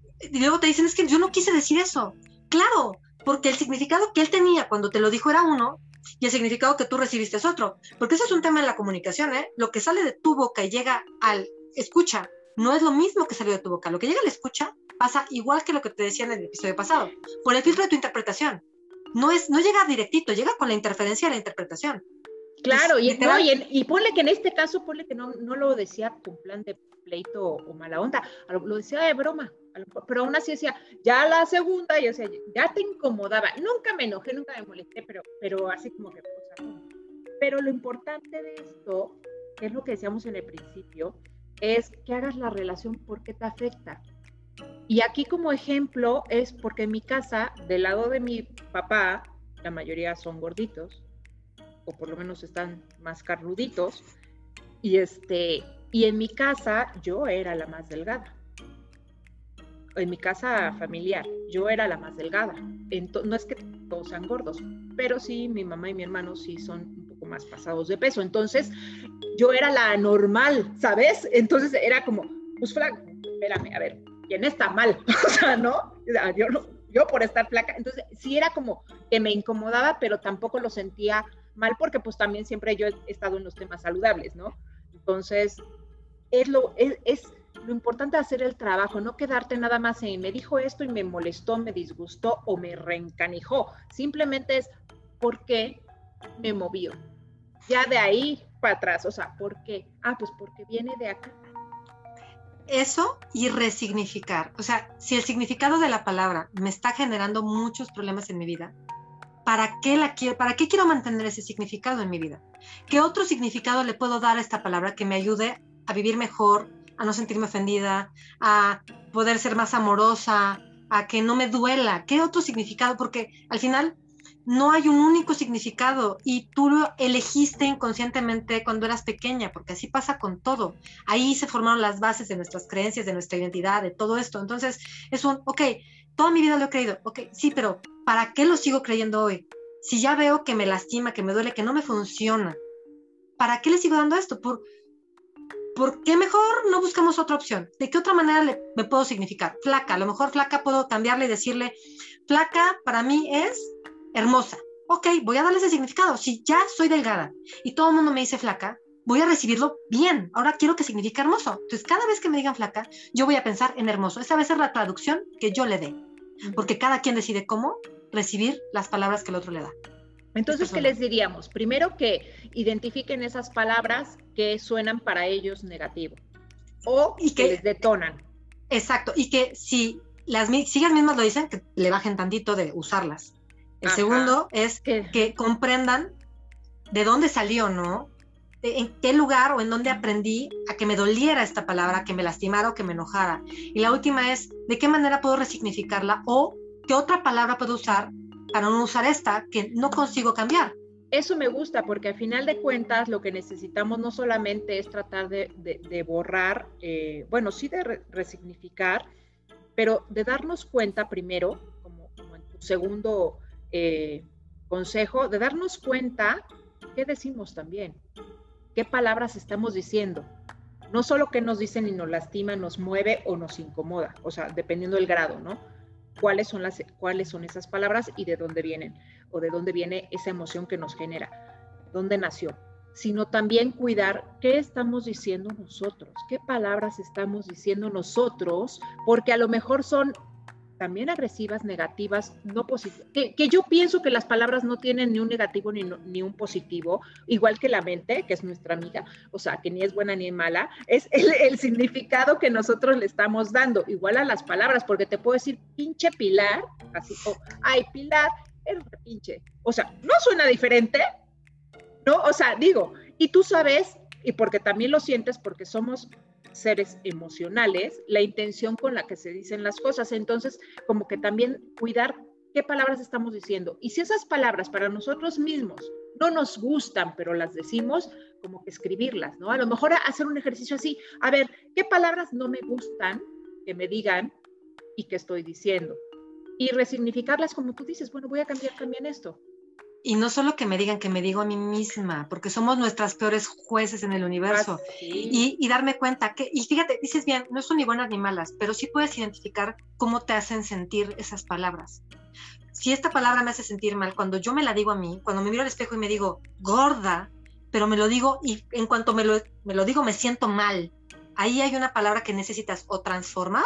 S2: y luego te dicen, es que yo no quise decir eso. Claro, porque el significado que él tenía cuando te lo dijo era uno, y el significado que tú recibiste es otro, porque eso es un tema en la comunicación, ¿eh? Lo que sale de tu boca y llega al escucha, no es lo mismo que salió de tu boca. Lo que llega al escucha pasa igual que lo que te decía en el episodio pasado, por el filtro de tu interpretación. No, es, no llega directito, llega con la interferencia de la interpretación.
S1: Claro, y, literal, no, y, en, y ponle que en este caso, ponle que no, no lo decía con plan de pleito o, o mala onda, lo decía de broma, pero aún así decía, ya la segunda, yo decía, ya te incomodaba, nunca me enojé, nunca me molesté, pero, pero así como que, o sea, no. Pero lo importante de esto, que es lo que decíamos en el principio, es que hagas la relación porque te afecta. Y aquí como ejemplo es porque en mi casa, del lado de mi papá, la mayoría son gorditos, o por lo menos están más carnuditos, y, este, y en mi casa yo era la más delgada. En mi casa familiar, yo era la más delgada. Entonces, no es que todos sean gordos, pero sí, mi mamá y mi hermano sí son un poco más pasados de peso. Entonces, yo era la normal, ¿sabes? Entonces era como, pues flaca, espérame, a ver, ¿quién está mal? O sea, ¿no? Yo, no, yo por estar flaca. Entonces, sí era como que me incomodaba, pero tampoco lo sentía mal porque pues también siempre yo he estado en los temas saludables, ¿no? Entonces, es lo, es, es lo importante de hacer el trabajo, no quedarte nada más en me dijo esto y me molestó, me disgustó o me reencanijó. Simplemente es ¿por qué me movió? Ya de ahí para atrás, o sea, ¿por qué? Ah, pues porque viene de acá.
S2: Eso y resignificar. O sea, si el significado de la palabra me está generando muchos problemas en mi vida, ¿para qué la quiero, para qué quiero mantener ese significado en mi vida? ¿Qué otro significado le puedo dar a esta palabra que me ayude a vivir mejor, a no sentirme ofendida, a poder ser más amorosa, a que no me duela? ¿Qué otro significado? Porque al final no hay un único significado y tú lo elegiste inconscientemente cuando eras pequeña, porque así pasa con todo. Ahí se formaron las bases de nuestras creencias, de nuestra identidad, de todo esto. Entonces es un, ok, toda mi vida lo he creído, ok, sí, pero ¿para qué lo sigo creyendo hoy? Si ya veo que me lastima, que me duele, que no me funciona, ¿para qué le sigo dando esto? ¿Por, ¿por qué mejor no buscamos otra opción? ¿De qué otra manera le, me puedo significar? Flaca, a lo mejor flaca puedo cambiarle y decirle, flaca para mí es hermosa. Ok, voy a darle ese significado. Si ya soy delgada y todo el mundo me dice flaca, voy a recibirlo bien. Ahora quiero que signifique hermoso. Entonces, cada vez que me digan flaca, yo voy a pensar en hermoso. Esa va a ser la traducción que yo le dé. Porque cada quien decide cómo recibir las palabras que el otro le da.
S1: Entonces, ¿qué les diríamos? Primero que identifiquen esas palabras que suenan para ellos negativo o y que, que les detonan.
S2: Exacto, y que si, las, si ellas mismas lo dicen, que le bajen tantito de usarlas. El Ajá. segundo es que, que comprendan de dónde salió, ¿no? En qué lugar o en dónde aprendí a que me doliera esta palabra, que me lastimara o que me enojara. Y la última es, ¿de qué manera puedo resignificarla? O, ¿qué otra palabra puedo usar para no usar esta que no consigo cambiar?
S1: Eso me gusta, porque al final de cuentas lo que necesitamos no solamente es tratar de, de, de borrar, eh, bueno, sí de re resignificar, pero de darnos cuenta primero, como, como en tu segundo eh, consejo, de darnos cuenta qué decimos también, qué palabras estamos diciendo. No solo qué nos dicen y nos lastima, nos mueve o nos incomoda, o sea, dependiendo del grado, ¿no? Cuáles son, las, cuáles son esas palabras y de dónde vienen, o de dónde viene esa emoción que nos genera, dónde nació, sino también cuidar qué estamos diciendo nosotros, qué palabras estamos diciendo nosotros, porque a lo mejor son también agresivas, negativas, no positivas, que, que yo pienso que las palabras no tienen ni un negativo ni, no, ni un positivo, igual que la mente, que es nuestra amiga, o sea, que ni es buena ni es mala, es el, el significado que nosotros le estamos dando, igual a las palabras, porque te puedo decir pinche Pilar, así, o ay, Pilar, eres una pinche, o sea, ¿no suena diferente? ¿No? O sea, digo, y tú sabes, y porque también lo sientes, porque somos seres emocionales, la intención con la que se dicen las cosas. Entonces, como que también cuidar qué palabras estamos diciendo. Y si esas palabras para nosotros mismos no nos gustan, pero las decimos, como que escribirlas, ¿no? A lo mejor hacer un ejercicio así, a ver, ¿qué palabras no me gustan que me digan y que estoy diciendo? Y resignificarlas como tú dices, bueno, voy a cambiar también esto.
S2: Y no solo que me digan, que me digo a mí misma, porque somos nuestras peores jueces en el universo. Ah, sí. y, y darme cuenta que, y fíjate, dices bien, no son ni buenas ni malas, pero sí puedes identificar cómo te hacen sentir esas palabras. Si esta palabra me hace sentir mal, cuando yo me la digo a mí, cuando me miro al espejo y me digo gorda, pero me lo digo y en cuanto me lo, me lo digo me siento mal, ahí hay una palabra que necesitas o transformar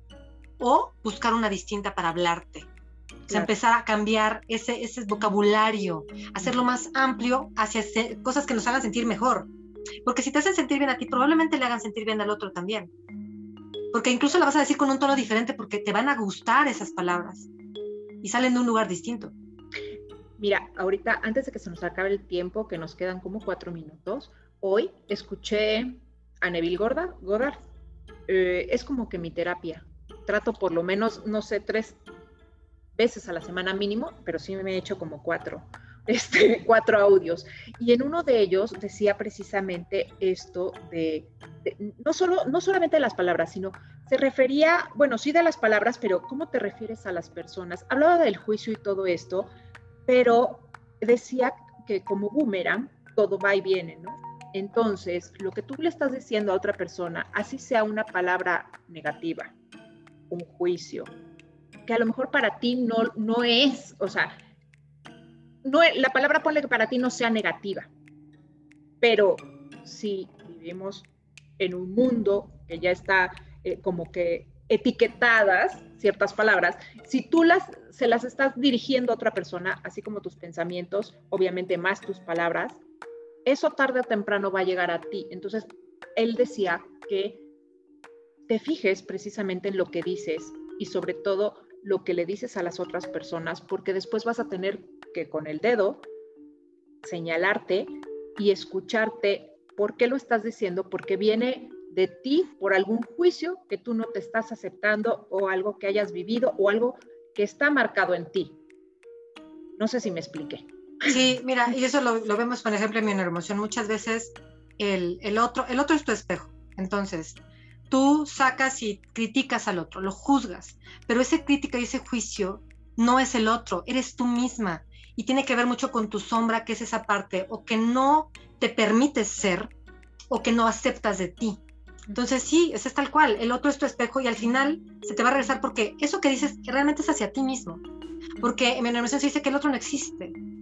S2: o buscar una distinta para hablarte. O sea, claro. Empezar a cambiar ese, ese vocabulario, hacerlo más amplio hacia cosas que nos hagan sentir mejor. Porque si te hacen sentir bien a ti, probablemente le hagan sentir bien al otro también. Porque incluso la vas a decir con un tono diferente porque te van a gustar esas palabras y salen de un lugar distinto.
S1: Mira, ahorita, antes de que se nos acabe el tiempo, que nos quedan como cuatro minutos, hoy escuché a Neville Goddard. Goddard. Eh, es como que mi terapia. Trato por lo menos, no sé, tres veces a la semana mínimo, pero sí me he hecho como cuatro, este, cuatro audios. Y en uno de ellos decía precisamente esto de, de no, solo, no solamente de las palabras, sino se refería, bueno, sí de las palabras, pero ¿cómo te refieres a las personas? Hablaba del juicio y todo esto, pero decía que como boomerang todo va y viene, ¿no? Entonces, lo que tú le estás diciendo a otra persona, así sea una palabra negativa, un juicio, que a lo mejor para ti no, no es, o sea, no, la palabra ponle que para ti no sea negativa, pero si vivimos en un mundo que ya está eh, como que etiquetadas ciertas palabras, si tú las, se las estás dirigiendo a otra persona, así como tus pensamientos, obviamente más tus palabras, eso tarde o temprano va a llegar a ti. Entonces, él decía que te fijes precisamente en lo que dices y sobre todo lo que le dices a las otras personas, porque después vas a tener que con el dedo señalarte y escucharte por qué lo estás diciendo, porque viene de ti por algún juicio que tú no te estás aceptando o algo que hayas vivido o algo que está marcado en ti. No sé si me expliqué.
S2: Sí, mira, y eso lo, lo vemos, por ejemplo, en mi neuroemoción. Muchas veces el, el, otro, el otro es tu espejo. Entonces, tú sacas y criticas al otro, lo juzgas, pero ese crítica y ese juicio no es el otro, eres tú misma. Y tiene que ver mucho con tu sombra, que es esa parte, o que no te permites ser, o que no aceptas de ti. Entonces sí, eso es tal cual, el otro es tu espejo y al final se te va a regresar porque eso que dices realmente es hacia ti mismo. Porque en mi neuroemoción se dice que el otro no existe.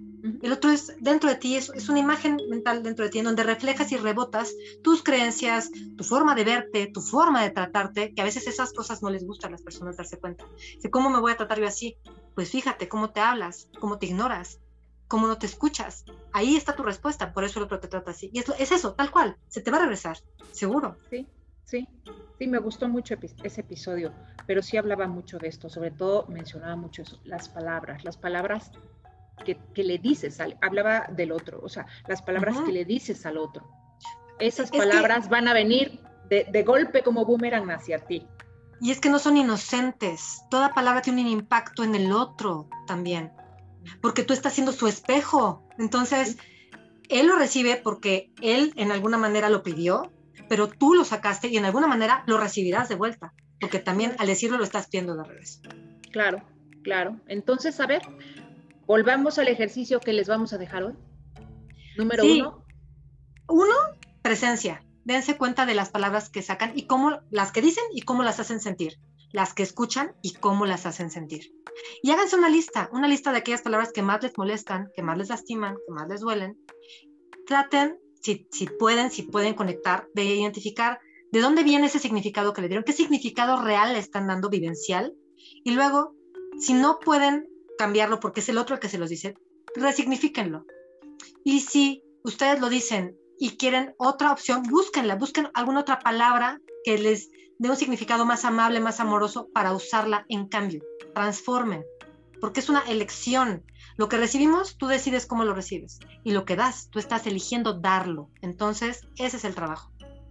S2: El otro es dentro de ti, es, es una imagen mental dentro de ti en donde reflejas y rebotas tus creencias, tu forma de verte, tu forma de tratarte, que a veces esas cosas no les gustan a las personas darse cuenta. Dice, ¿cómo me voy a tratar yo así? Pues fíjate cómo te hablas, cómo te ignoras, cómo no te escuchas. Ahí está tu respuesta, por eso el otro te trata así. Y es, es eso, tal cual, se te va a regresar, seguro.
S1: Sí, sí, sí, me gustó mucho ese episodio, pero sí hablaba mucho de esto, sobre todo mencionaba mucho eso, las palabras, las palabras que, que le dices, al, hablaba del otro, o sea, las palabras uh-huh. que le dices al otro. Esas es palabras que, van a venir de, de golpe como boomerang hacia ti.
S2: Y es que no son inocentes, toda palabra tiene un impacto en el otro también, porque tú estás siendo su espejo, entonces ¿sí? Él lo recibe porque él en alguna manera lo pidió, pero tú lo sacaste y en alguna manera lo recibirás de vuelta, porque también al decirlo lo estás pidiendo de regreso.
S1: Claro, claro. Entonces, a ver, volvamos al ejercicio que les vamos a dejar hoy. Número
S2: sí.
S1: uno.
S2: Uno, presencia. Dense cuenta de las palabras que sacan y cómo las que dicen y cómo las hacen sentir. Las que escuchan y cómo las hacen sentir. Y háganse una lista, una lista de aquellas palabras que más les molestan, que más les lastiman, que más les duelen. Traten, si, si pueden, si pueden conectar, de identificar de dónde viene ese significado que le dieron, qué significado real le están dando vivencial. Y luego, si no pueden cambiarlo porque es el otro el que se los dice, resignifíquenlo. Y si ustedes lo dicen y quieren otra opción, búsquenla, busquen alguna otra palabra que les dé un significado más amable, más amoroso para usarla en cambio. Transformen, porque es una elección. Lo que recibimos, tú decides cómo lo recibes. Y lo que das, tú estás eligiendo darlo. Entonces, ese es el trabajo.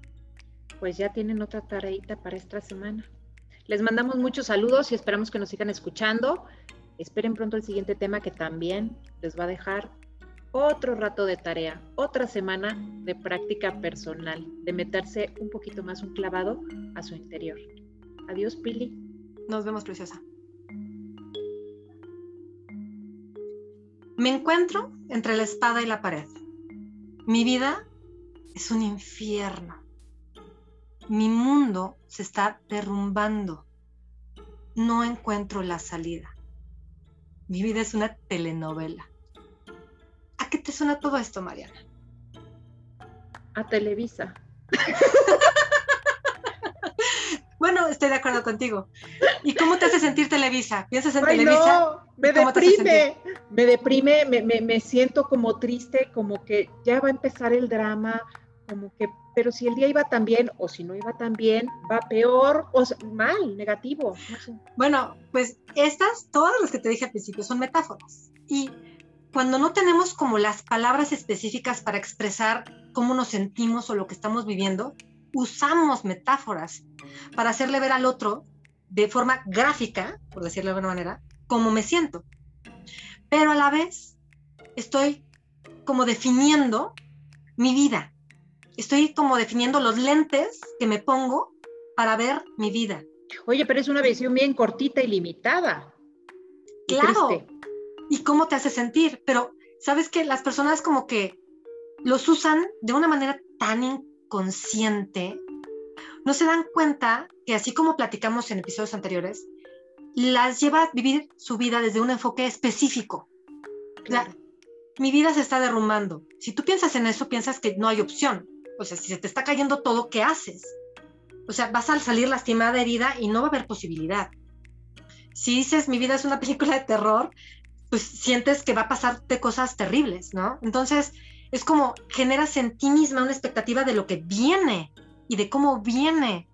S1: Pues ya tienen otra tareita para esta semana. Les mandamos muchos saludos y esperamos que nos sigan escuchando. Esperen pronto el siguiente tema que también les va a dejar otro rato de tarea, otra semana de práctica personal, de meterse un poquito más un clavado a su interior. Adiós, Pili.
S2: Nos vemos, preciosa. Me encuentro entre la espada y la pared. Mi vida es un infierno. Mi mundo se está derrumbando. No encuentro la salida. Mi vida es una telenovela. ¿A qué te suena todo esto, Mariana?
S1: A Televisa.
S2: Bueno, estoy de acuerdo contigo. ¿Y cómo te hace sentir Televisa? ¿Piensas en
S1: Ay,
S2: Televisa?
S1: No, me deprime, me deprime, me, me, me siento como triste, como que ya va a empezar el drama, como que, pero si el día iba tan bien, o si no iba tan bien, va peor, o sea, mal, negativo. No sé.
S2: Bueno, pues estas, todas las que te dije al principio, son metáforas. Y cuando no tenemos como las palabras específicas para expresar cómo nos sentimos o lo que estamos viviendo, usamos metáforas para hacerle ver al otro de forma gráfica, por decirlo de alguna manera, cómo me siento. Pero a la vez estoy como definiendo mi vida. Estoy como definiendo los lentes que me pongo para ver mi vida.
S1: Oye, pero es una visión bien cortita y limitada. Y
S2: claro.
S1: Triste.
S2: ¿Y cómo te hace sentir? Pero, ¿sabes qué? Las personas como que los usan de una manera tan inconsciente, no se dan cuenta que así como platicamos en episodios anteriores, las lleva a vivir su vida desde un enfoque específico. Claro. O sea, mi vida se está derrumbando. Si tú piensas en eso, piensas que no hay opción. O sea, si se te está cayendo todo, ¿qué haces? O sea, vas a salir lastimada, herida y no va a haber posibilidad. Si dices, mi vida es una película de terror, pues sientes que va a pasarte cosas terribles, ¿no? Entonces, es como generas en ti misma una expectativa de lo que viene y de cómo viene.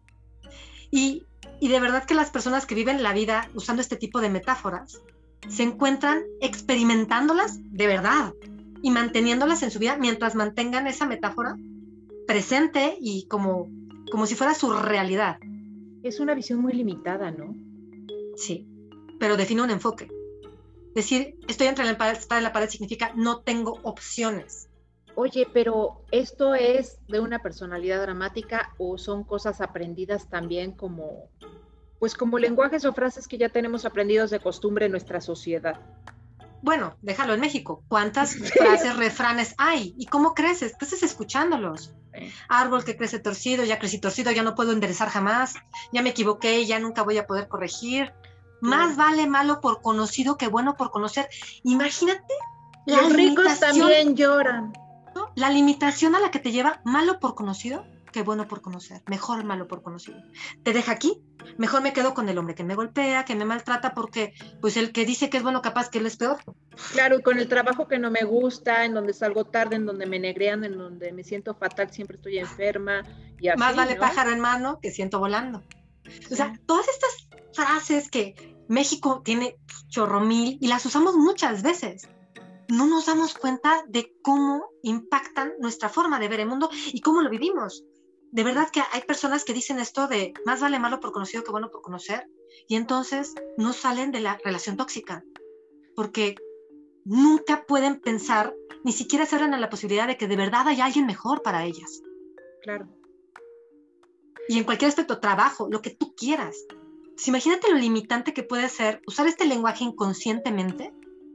S2: Y, y de verdad que las personas que viven la vida usando este tipo de metáforas se encuentran experimentándolas de verdad y manteniéndolas en su vida mientras mantengan esa metáfora presente y como, como si fuera su realidad.
S1: Es una visión muy limitada, ¿no?
S2: Sí, pero define un enfoque. Decir, estoy entre la pared, estar en la pared significa no tengo opciones.
S1: Oye, pero ¿esto es de una personalidad dramática o son cosas aprendidas también como, pues como lenguajes o frases que ya tenemos aprendidos de costumbre en nuestra sociedad?
S2: Bueno, déjalo en México. ¿Cuántas sí. frases, refranes hay? ¿Y cómo creces? Creces escuchándolos. Sí. Árbol que crece torcido, ya crecí torcido, ya no puedo enderezar jamás, ya me equivoqué, ya nunca voy a poder corregir. Sí. Más vale malo por conocido que bueno por conocer. Imagínate
S1: La Los ricos también lloran.
S2: ¿No? La limitación a la que te lleva malo por conocido que bueno por conocer, mejor malo por conocido. Te deja aquí, mejor me quedo con el hombre que me golpea, que me maltrata, porque pues el que dice que es bueno capaz que él es peor.
S1: Claro, y con el trabajo que no me gusta, en donde salgo tarde, en donde me negrean, en donde me siento fatal, siempre estoy enferma y así,
S2: más vale
S1: ¿no?
S2: Pájaro en mano que ciento volando. Sí. O sea, todas estas frases que México tiene chorro mil y las usamos muchas veces. No nos damos cuenta de cómo impactan nuestra forma de ver el mundo y cómo lo vivimos. De verdad que hay personas que dicen esto de más vale malo por conocido que bueno por conocer, y entonces no salen de la relación tóxica, porque nunca pueden pensar, ni siquiera se abren a la posibilidad de que de verdad hay alguien mejor para ellas.
S1: Claro.
S2: Y en cualquier aspecto, trabajo, lo que tú quieras. Pues imagínate lo limitante que puede ser usar este lenguaje inconscientemente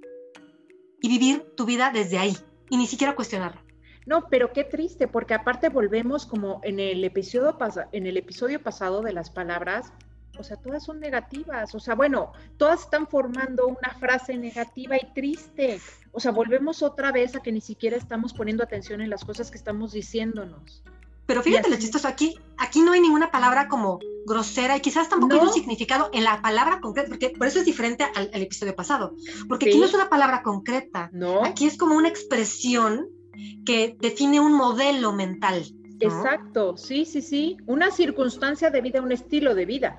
S2: y vivir tu vida desde ahí, y ni siquiera cuestionarlo.
S1: No, pero qué triste, porque aparte volvemos como en el episodio, pas- en el episodio pasado de las palabras, o sea, todas son negativas, o sea, bueno, todas están formando una frase negativa y triste, o sea, volvemos otra vez a que ni siquiera estamos poniendo atención en las cosas que estamos diciéndonos.
S2: Pero fíjate lo chistoso, aquí, aquí no hay ninguna palabra como grosera y quizás tampoco
S1: ¿No?
S2: hay un significado en la palabra concreta, porque por eso es diferente al, al episodio pasado, porque aquí
S1: ¿Sí?
S2: no es una palabra concreta,
S1: ¿No?
S2: Aquí es como una expresión que define un modelo mental, ¿no?
S1: Exacto, sí, sí, sí, una circunstancia de vida, un estilo de vida.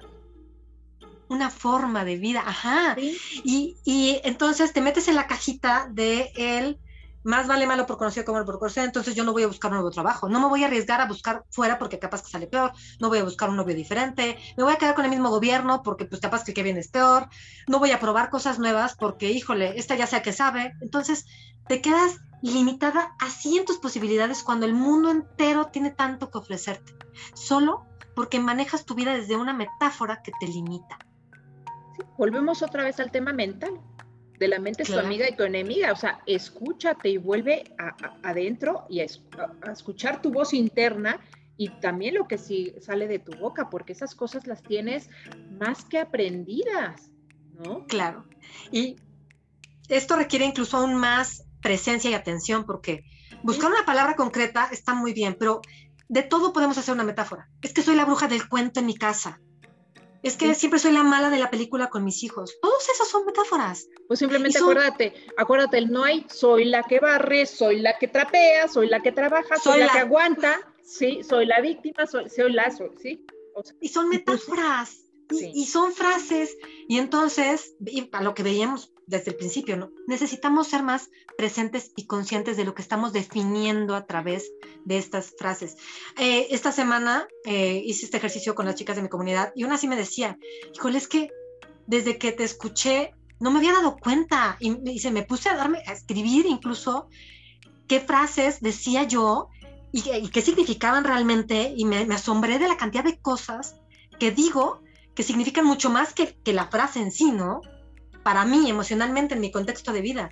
S2: Una forma de vida, ajá.
S1: ¿Sí?
S2: Y, y entonces te metes en la cajita de el más vale malo por conocido que bueno por conocer, entonces yo no voy a buscar un nuevo trabajo, no me voy a arriesgar a buscar fuera porque capaz que sale peor, no voy a buscar un novio diferente, me voy a quedar con el mismo gobierno porque pues capaz que el que viene es peor, no voy a probar cosas nuevas porque, híjole, esta ya sea que sabe, entonces te quedas limitada así en tus posibilidades cuando el mundo entero tiene tanto que ofrecerte, solo porque manejas tu vida desde una metáfora que te limita.
S1: Sí, volvemos otra vez al tema mental. De la mente es
S2: Claro.
S1: tu amiga y tu enemiga, o sea, escúchate y vuelve a, a, adentro y a, a, a escuchar tu voz interna y también lo que sí sale de tu boca, porque esas cosas las tienes más que aprendidas, ¿no?
S2: Claro. Y esto requiere incluso aún más presencia y atención, porque buscar una palabra concreta está muy bien, pero de todo podemos hacer una metáfora. Es que soy la bruja del cuento en mi casa. Es que sí. siempre soy la mala de la película con mis hijos. Todos esos son metáforas.
S1: Pues simplemente
S2: son...
S1: acuérdate, acuérdate, el no hay, soy la que barre, soy la que trapea, soy la que trabaja, soy, soy la... la que aguanta, sí, soy la víctima, soy, soy la, soy, sí.
S2: O sea, y son metáforas, y, sí. y son frases, y entonces, y a lo que veíamos desde el principio, ¿no? Necesitamos ser más presentes y conscientes de lo que estamos definiendo a través de estas frases. Eh, esta semana eh, hice este ejercicio con las chicas de mi comunidad y una sí me decía, híjole, es que desde que te escuché no me había dado cuenta y, y se me puse a darme, a escribir incluso qué frases decía yo y, y qué significaban realmente y me, me asombré de la cantidad de cosas que digo que significan mucho más que, que la frase en sí, ¿no? Para mí, emocionalmente, en mi contexto de vida.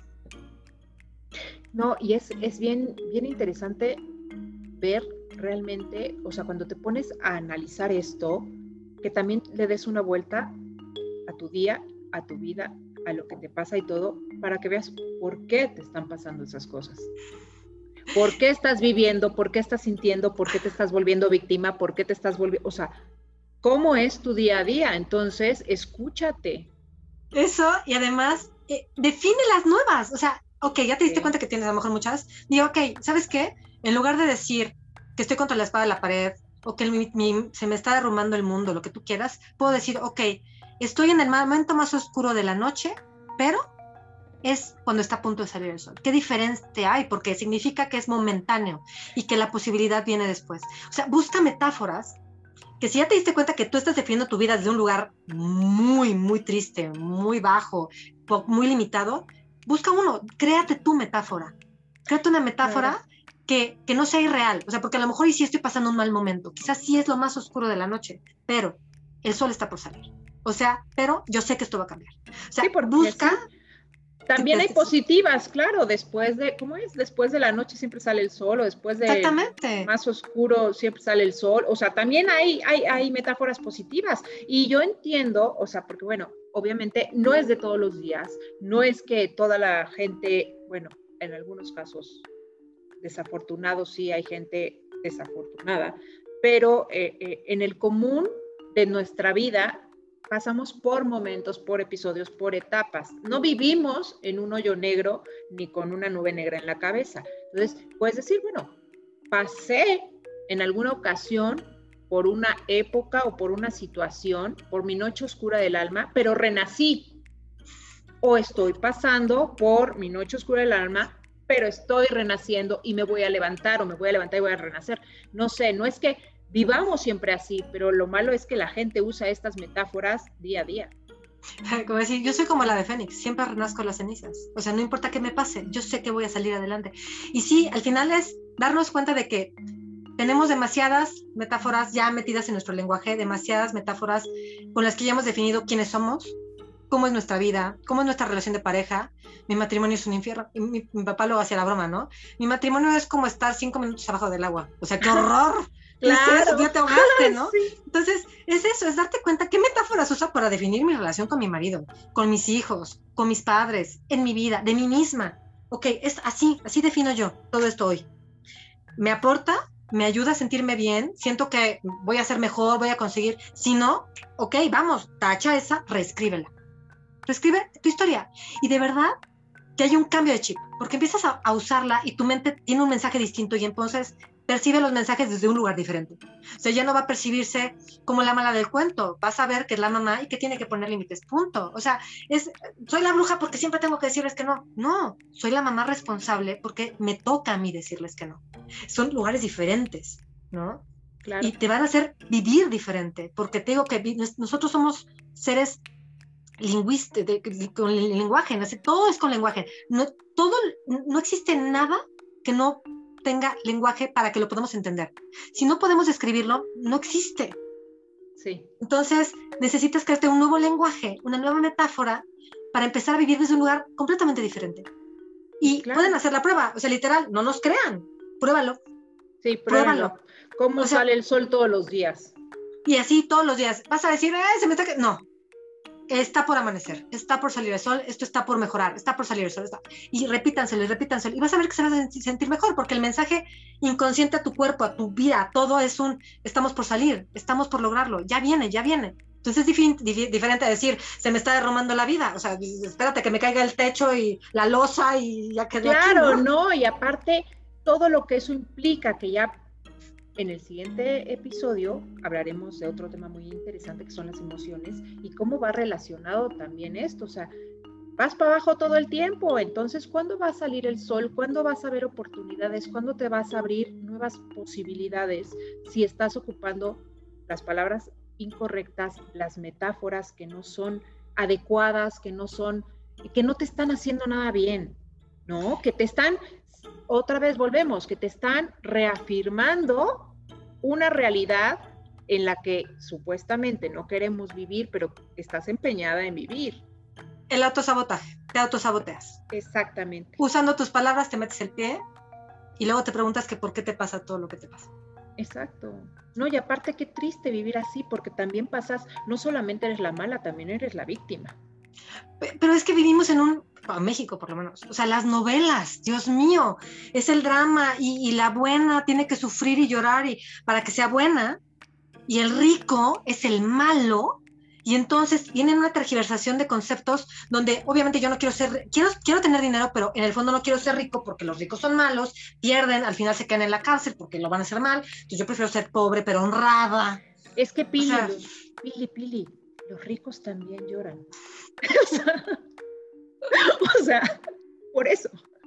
S1: No, y es, es bien, bien interesante ver realmente, o sea, cuando te pones a analizar esto, que también le des una vuelta a tu día, a tu vida, a lo que te pasa y todo, para que veas por qué te están pasando esas cosas. ¿Por qué estás viviendo? ¿Por qué estás sintiendo? ¿Por qué te estás volviendo víctima? ¿Por qué te estás volviendo? O sea, ¿cómo es tu día a día? Entonces, escúchate.
S2: Eso, y además, eh, define las nuevas. O sea, ok, ya te diste sí. cuenta que tienes a lo mejor muchas. Digo, ok, ¿sabes qué? En lugar de decir que estoy contra la espada de la pared o que mi, mi, se me está derrumbando el mundo, lo que tú quieras, puedo decir, ok, estoy en el momento más oscuro de la noche, pero es cuando está a punto de salir el sol. ¿Qué diferencia hay? Porque significa que es momentáneo y que la posibilidad viene después. O sea, busca metáforas que si ya te diste cuenta que tú estás definiendo tu vida desde un lugar muy, muy triste, muy bajo, muy limitado, busca uno, créate tu metáfora. Créate una metáfora claro. que, que no sea irreal. O sea, porque a lo mejor y sí estoy pasando un mal momento. Quizás sí es lo más oscuro de la noche, pero el sol está por salir. O sea, pero yo sé que esto va a cambiar. O sea,
S1: sí,
S2: busca...
S1: Sí. También hay positivas, claro, después de, ¿cómo es? Después de la noche siempre sale el sol, o después de
S2: Exactamente.
S1: más oscuro siempre sale el sol, o sea, también hay, hay, hay metáforas positivas, y yo entiendo, o sea, porque bueno, obviamente no es de todos los días, no es que toda la gente, bueno, en algunos casos desafortunados, sí hay gente desafortunada, pero eh, eh, en el común de nuestra vida pasamos por momentos, por episodios, por etapas. No vivimos en un hoyo negro ni con una nube negra en la cabeza. Entonces, puedes decir, bueno, pasé en alguna ocasión por una época o por una situación, por mi noche oscura del alma, pero renací. O estoy pasando por mi noche oscura del alma, pero estoy renaciendo y me voy a levantar, o me voy a levantar y voy a renacer. No sé, no es que vivamos siempre así, pero lo malo es que la gente usa estas metáforas día a día.
S2: Como decir, yo soy como la de Fénix, siempre renazco las cenizas. O sea, no importa qué me pase, yo sé que voy a salir adelante. Y sí, al final es darnos cuenta de que tenemos demasiadas metáforas ya metidas en nuestro lenguaje, demasiadas metáforas con las que ya hemos definido quiénes somos, cómo es nuestra vida, cómo es nuestra relación de pareja. Mi matrimonio es un infierno. Y mi, mi papá lo hacía la broma, ¿no? Mi matrimonio es como estar cinco minutos abajo del agua. O sea, qué horror.
S1: Claro.
S2: Ya te ahogaste, ¿no?
S1: Sí.
S2: Entonces, es eso, es darte cuenta qué metáforas uso para definir mi relación con mi marido, con mis hijos, con mis padres, en mi vida, de mí misma. Ok, es así, así defino yo todo esto hoy. ¿Me aporta? ¿Me ayuda a sentirme bien? ¿Siento que voy a ser mejor, voy a conseguir? Si no, ok, vamos, tacha esa, reescríbela. Reescribe tu historia. Y de verdad que hay un cambio de chip, porque empiezas a, a usarla y tu mente tiene un mensaje distinto y entonces percibe los mensajes desde un lugar diferente. O sea, ya no va a percibirse como la mala del cuento. Vas a ver que es la mamá y que tiene que poner límites, punto. O sea, es, soy la bruja porque siempre tengo que decirles que no. No, soy la mamá responsable porque me toca a mí decirles que no. Son lugares diferentes, ¿no?
S1: Claro.
S2: Y te van a hacer vivir diferente, porque te digo que nosotros somos seres lingüísticos, de, de, con el lenguaje, ¿no? Todo es con lenguaje. No, todo, no existe nada que no tenga lenguaje para que lo podamos entender. Si no podemos escribirlo, no existe.
S1: Sí.
S2: Entonces, necesitas crearte un nuevo lenguaje, una nueva metáfora para empezar a vivir desde un lugar completamente diferente. Y claro, pueden hacer la prueba, o sea, literal, no nos crean, pruébalo.
S1: Sí, pruébalo. Pruébalo. ¿Cómo o sea, sale el sol todos los días?
S2: Y así todos los días. Vas a decir, ¡ay, se me está que-! No. Está por amanecer, está por salir el sol, esto está por mejorar, está por salir el sol, está. Y repítanselo y repítanselo, y vas a ver que se vas a sentir mejor, porque el mensaje inconsciente a tu cuerpo, a tu vida, a todo es un, estamos por salir, estamos por lograrlo, ya viene, ya viene. Entonces es dif- dif- diferente a decir, se me está derramando la vida, o sea, espérate que me caiga el techo y la losa y ya quedó.
S1: Claro,
S2: aquí, ¿no?
S1: no, y aparte, todo lo que eso implica, que ya en el siguiente episodio hablaremos de otro tema muy interesante que son las emociones y cómo va relacionado también esto, o sea, vas para abajo todo el tiempo, entonces ¿cuándo va a salir el sol? ¿Cuándo vas a ver oportunidades? ¿Cuándo te vas a abrir nuevas posibilidades si estás ocupando las palabras incorrectas, las metáforas que no son adecuadas, que no son, que no te están haciendo nada bien, ¿no? Que te están... Otra vez volvemos, que te están reafirmando una realidad en la que supuestamente no queremos vivir, pero estás empeñada en vivir.
S2: El autosabotaje, te autosaboteas.
S1: Exactamente.
S2: Usando tus palabras te metes el pie y luego te preguntas que por qué te pasa todo lo que te pasa.
S1: Exacto. No, y aparte qué triste vivir así, porque también pasas, no solamente eres la mala, también eres la víctima.
S2: Pero es que vivimos en un, en México por lo menos, o sea, las novelas, Dios mío, es el drama y, y la buena tiene que sufrir y llorar y, para que sea buena, y el rico es el malo, y entonces viene una tergiversación de conceptos donde obviamente yo no quiero ser, quiero, quiero tener dinero, pero en el fondo no quiero ser rico porque los ricos son malos, pierden, al final se quedan en la cárcel porque lo van a hacer mal, entonces yo prefiero ser pobre pero honrada.
S1: Es que Pili,
S2: o sea,
S1: Pili, Pili, los ricos también lloran. o, sea, o sea, por eso.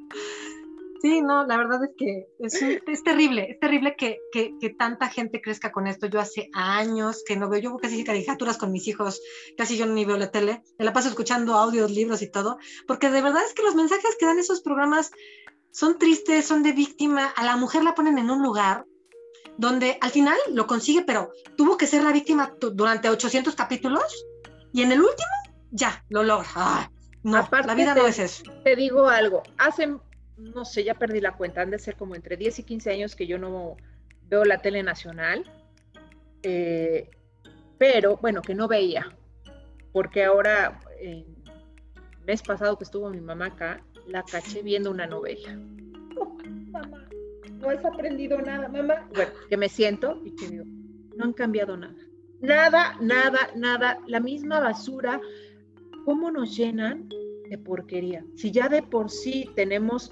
S2: Sí, no, la verdad es que es, un, es terrible, es terrible que, que, que tanta gente crezca con esto. Yo hace años que no veo, yo casi caricaturas con mis hijos, casi yo ni veo la tele, me la paso escuchando audios, libros y todo, porque de verdad es que los mensajes que dan esos programas son tristes, son de víctima, a la mujer la ponen en un lugar donde al final lo consigue, pero tuvo que ser la víctima durante ochocientos capítulos y en el último ya lo logra. Ah, no, aparte la vida
S1: te,
S2: no es eso.
S1: Te digo algo, hace, no sé, ya perdí la cuenta, han de ser como entre diez y quince años que yo no veo la tele nacional, eh, pero bueno, que no veía, porque ahora, el eh, mes pasado que estuvo mi mamá acá, la caché viendo una novela. Oh, mamá, no has aprendido nada, mamá. Bueno, que me siento y que digo, no han cambiado nada. Nada, nada, nada. La misma basura. ¿Cómo nos llenan de porquería? Si ya de por sí tenemos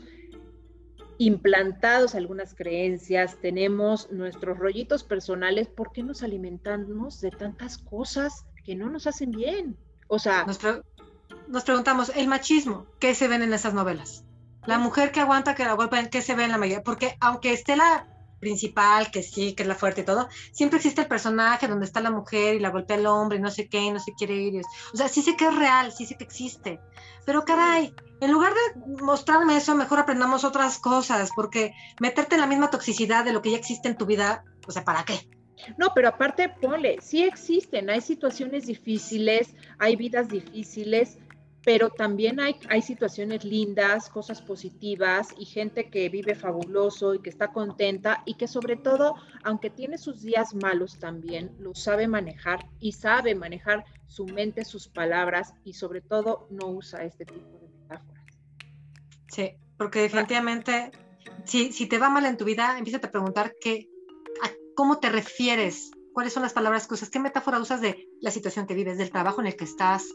S1: implantados algunas creencias, tenemos nuestros rollitos personales, ¿por qué nos alimentamos de tantas cosas que no nos hacen bien? O sea...
S2: Nos, pre nos preguntamos, el machismo, ¿qué se ven en esas novelas? La mujer que aguanta que la golpeen, ¿qué se ve en la mayoría? Porque aunque esté la principal, que sí, que es la fuerte y todo, siempre existe el personaje donde está la mujer y la golpea el hombre y no sé qué, y no se quiere ir. O sea, sí sé que es real, sí sé que existe. Pero caray, en lugar de mostrarme eso, mejor aprendamos otras cosas, porque meterte en la misma toxicidad de lo que ya existe en tu vida, o sea, ¿para qué?
S1: No, pero aparte, ponle, sí existen, hay situaciones difíciles, hay vidas difíciles, pero también hay, hay situaciones lindas, cosas positivas y gente que vive fabuloso y que está contenta y que sobre todo, aunque tiene sus días malos también, lo sabe manejar y sabe manejar su mente, sus palabras y sobre todo no usa este tipo de metáforas.
S2: Sí, porque definitivamente, si, si te va mal en tu vida, empieza a preguntar qué, a cómo te refieres, cuáles son las palabras que usas, qué metáfora usas de la situación que vives, del trabajo en el que estás,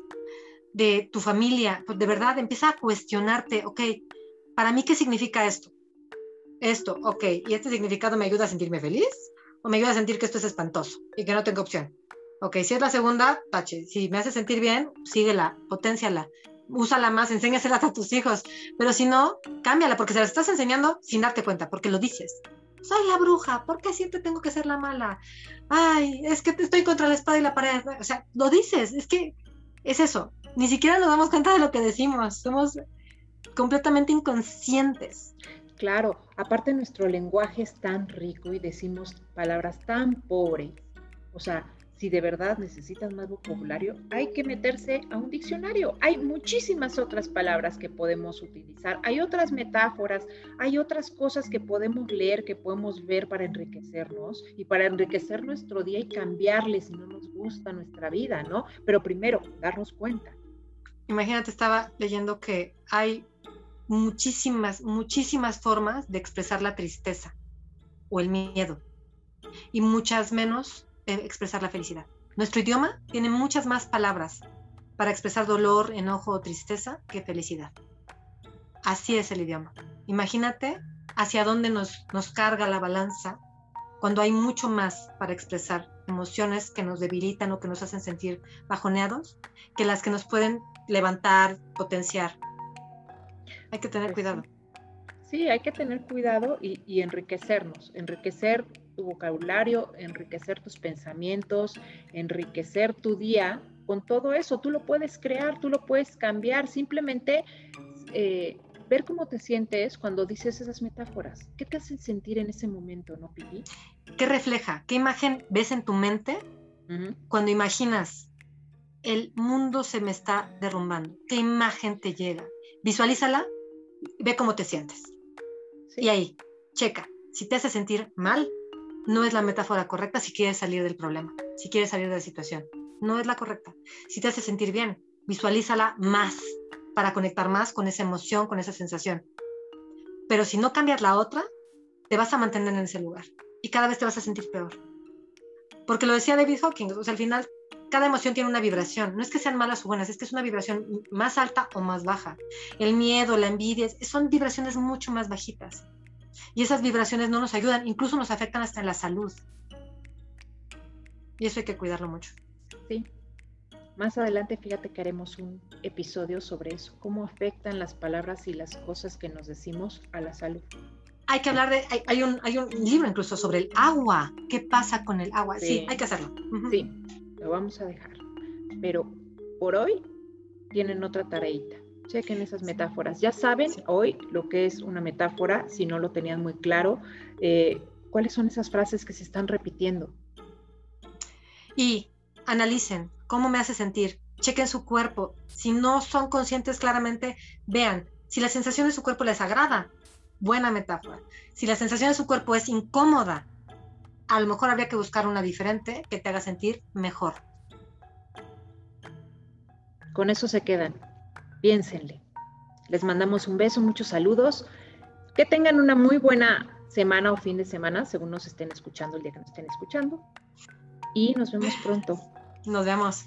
S2: de tu familia. Pues de verdad, empieza a cuestionarte, ok, ¿para mí qué significa esto? Esto, ok, ¿y este significado me ayuda a sentirme feliz? ¿O me ayuda a sentir que esto es espantoso y que no tengo opción? Ok, si es la segunda, tache. Si me hace sentir bien, síguela, poténciala, úsala más, enséñasela a tus hijos. Pero si no, cámbiala, porque se la estás enseñando sin darte cuenta, porque lo dices. Soy la bruja, ¿por qué siempre tengo que ser la mala? Ay, es que estoy contra la espada y la pared. O sea, lo dices, es que es eso. Ni siquiera nos damos cuenta de lo que decimos. Somos completamente inconscientes.
S1: Claro, aparte nuestro lenguaje es tan rico y decimos palabras tan pobres. O sea, si de verdad necesitas más vocabulario, hay que meterse a un diccionario. Hay muchísimas otras palabras que podemos utilizar, hay otras metáforas, hay otras cosas que podemos leer, que podemos ver para enriquecernos y para enriquecer nuestro día y cambiarle si no nos gusta nuestra vida, ¿no? Pero primero, darnos cuenta.
S2: Imagínate, estaba leyendo que hay muchísimas, muchísimas formas de expresar la tristeza o el miedo y muchas menos de expresar la felicidad. Nuestro idioma tiene muchas más palabras para expresar dolor, enojo o tristeza que felicidad. Así es el idioma. Imagínate hacia dónde nos, nos carga la balanza cuando hay mucho más para expresar emociones que nos debilitan o que nos hacen sentir bajoneados que las que nos pueden levantar, potenciar. Hay que tener
S1: Pues
S2: cuidado.
S1: Sí. sí, hay que tener cuidado y, y enriquecernos, enriquecer tu vocabulario, enriquecer tus pensamientos, enriquecer tu día con todo eso. Tú lo puedes crear, tú lo puedes cambiar, simplemente eh, ver cómo te sientes cuando dices esas metáforas. ¿Qué te hacen sentir en ese momento, no, Pipi?
S2: ¿Qué refleja? ¿Qué imagen ves en tu mente uh-huh. cuando imaginas el mundo se me está derrumbando? ¿Qué imagen te llega? Visualízala, ve cómo te sientes. ¿Sí? Y ahí, checa. Si te hace sentir mal, no es la metáfora correcta si quieres salir del problema, si quieres salir de la situación. No es la correcta. Si te hace sentir bien, visualízala más para conectar más con esa emoción, con esa sensación. Pero si no cambias la otra, te vas a mantener en ese lugar y cada vez te vas a sentir peor. Porque lo decía David Hawkins, o sea, al final cada emoción tiene una vibración. No es que sean malas o buenas, es que es una vibración más alta o más baja. El miedo, la envidia, son vibraciones mucho más bajitas. Y esas vibraciones no nos ayudan, incluso nos afectan hasta en la salud. Y eso hay que cuidarlo mucho.
S1: Sí. Más adelante, fíjate que haremos un episodio sobre eso, cómo afectan las palabras y las cosas que nos decimos a la salud.
S2: Hay que hablar de, hay, hay, un, hay un libro incluso sobre el agua. ¿Qué pasa con el agua? Sí, sí hay que hacerlo. Uh-huh.
S1: Sí, lo vamos a dejar. Pero por hoy tienen otra tareita. Chequen esas metáforas. Ya saben sí. hoy lo que es una metáfora, si no lo tenían muy claro. Eh, ¿Cuáles son esas frases que se están repitiendo?
S2: Y analicen cómo me hace sentir. Chequen su cuerpo. Si no son conscientes claramente, vean. Si la sensación de su cuerpo les agrada, buena metáfora. Si la sensación de su cuerpo es incómoda, a lo mejor habría que buscar una diferente que te haga sentir mejor.
S1: Con eso se quedan. Piénsenle. Les mandamos un beso, muchos saludos. Que tengan una muy buena semana o fin de semana, según nos estén escuchando, el día que nos estén escuchando. Y nos vemos pronto.
S2: Nos vemos.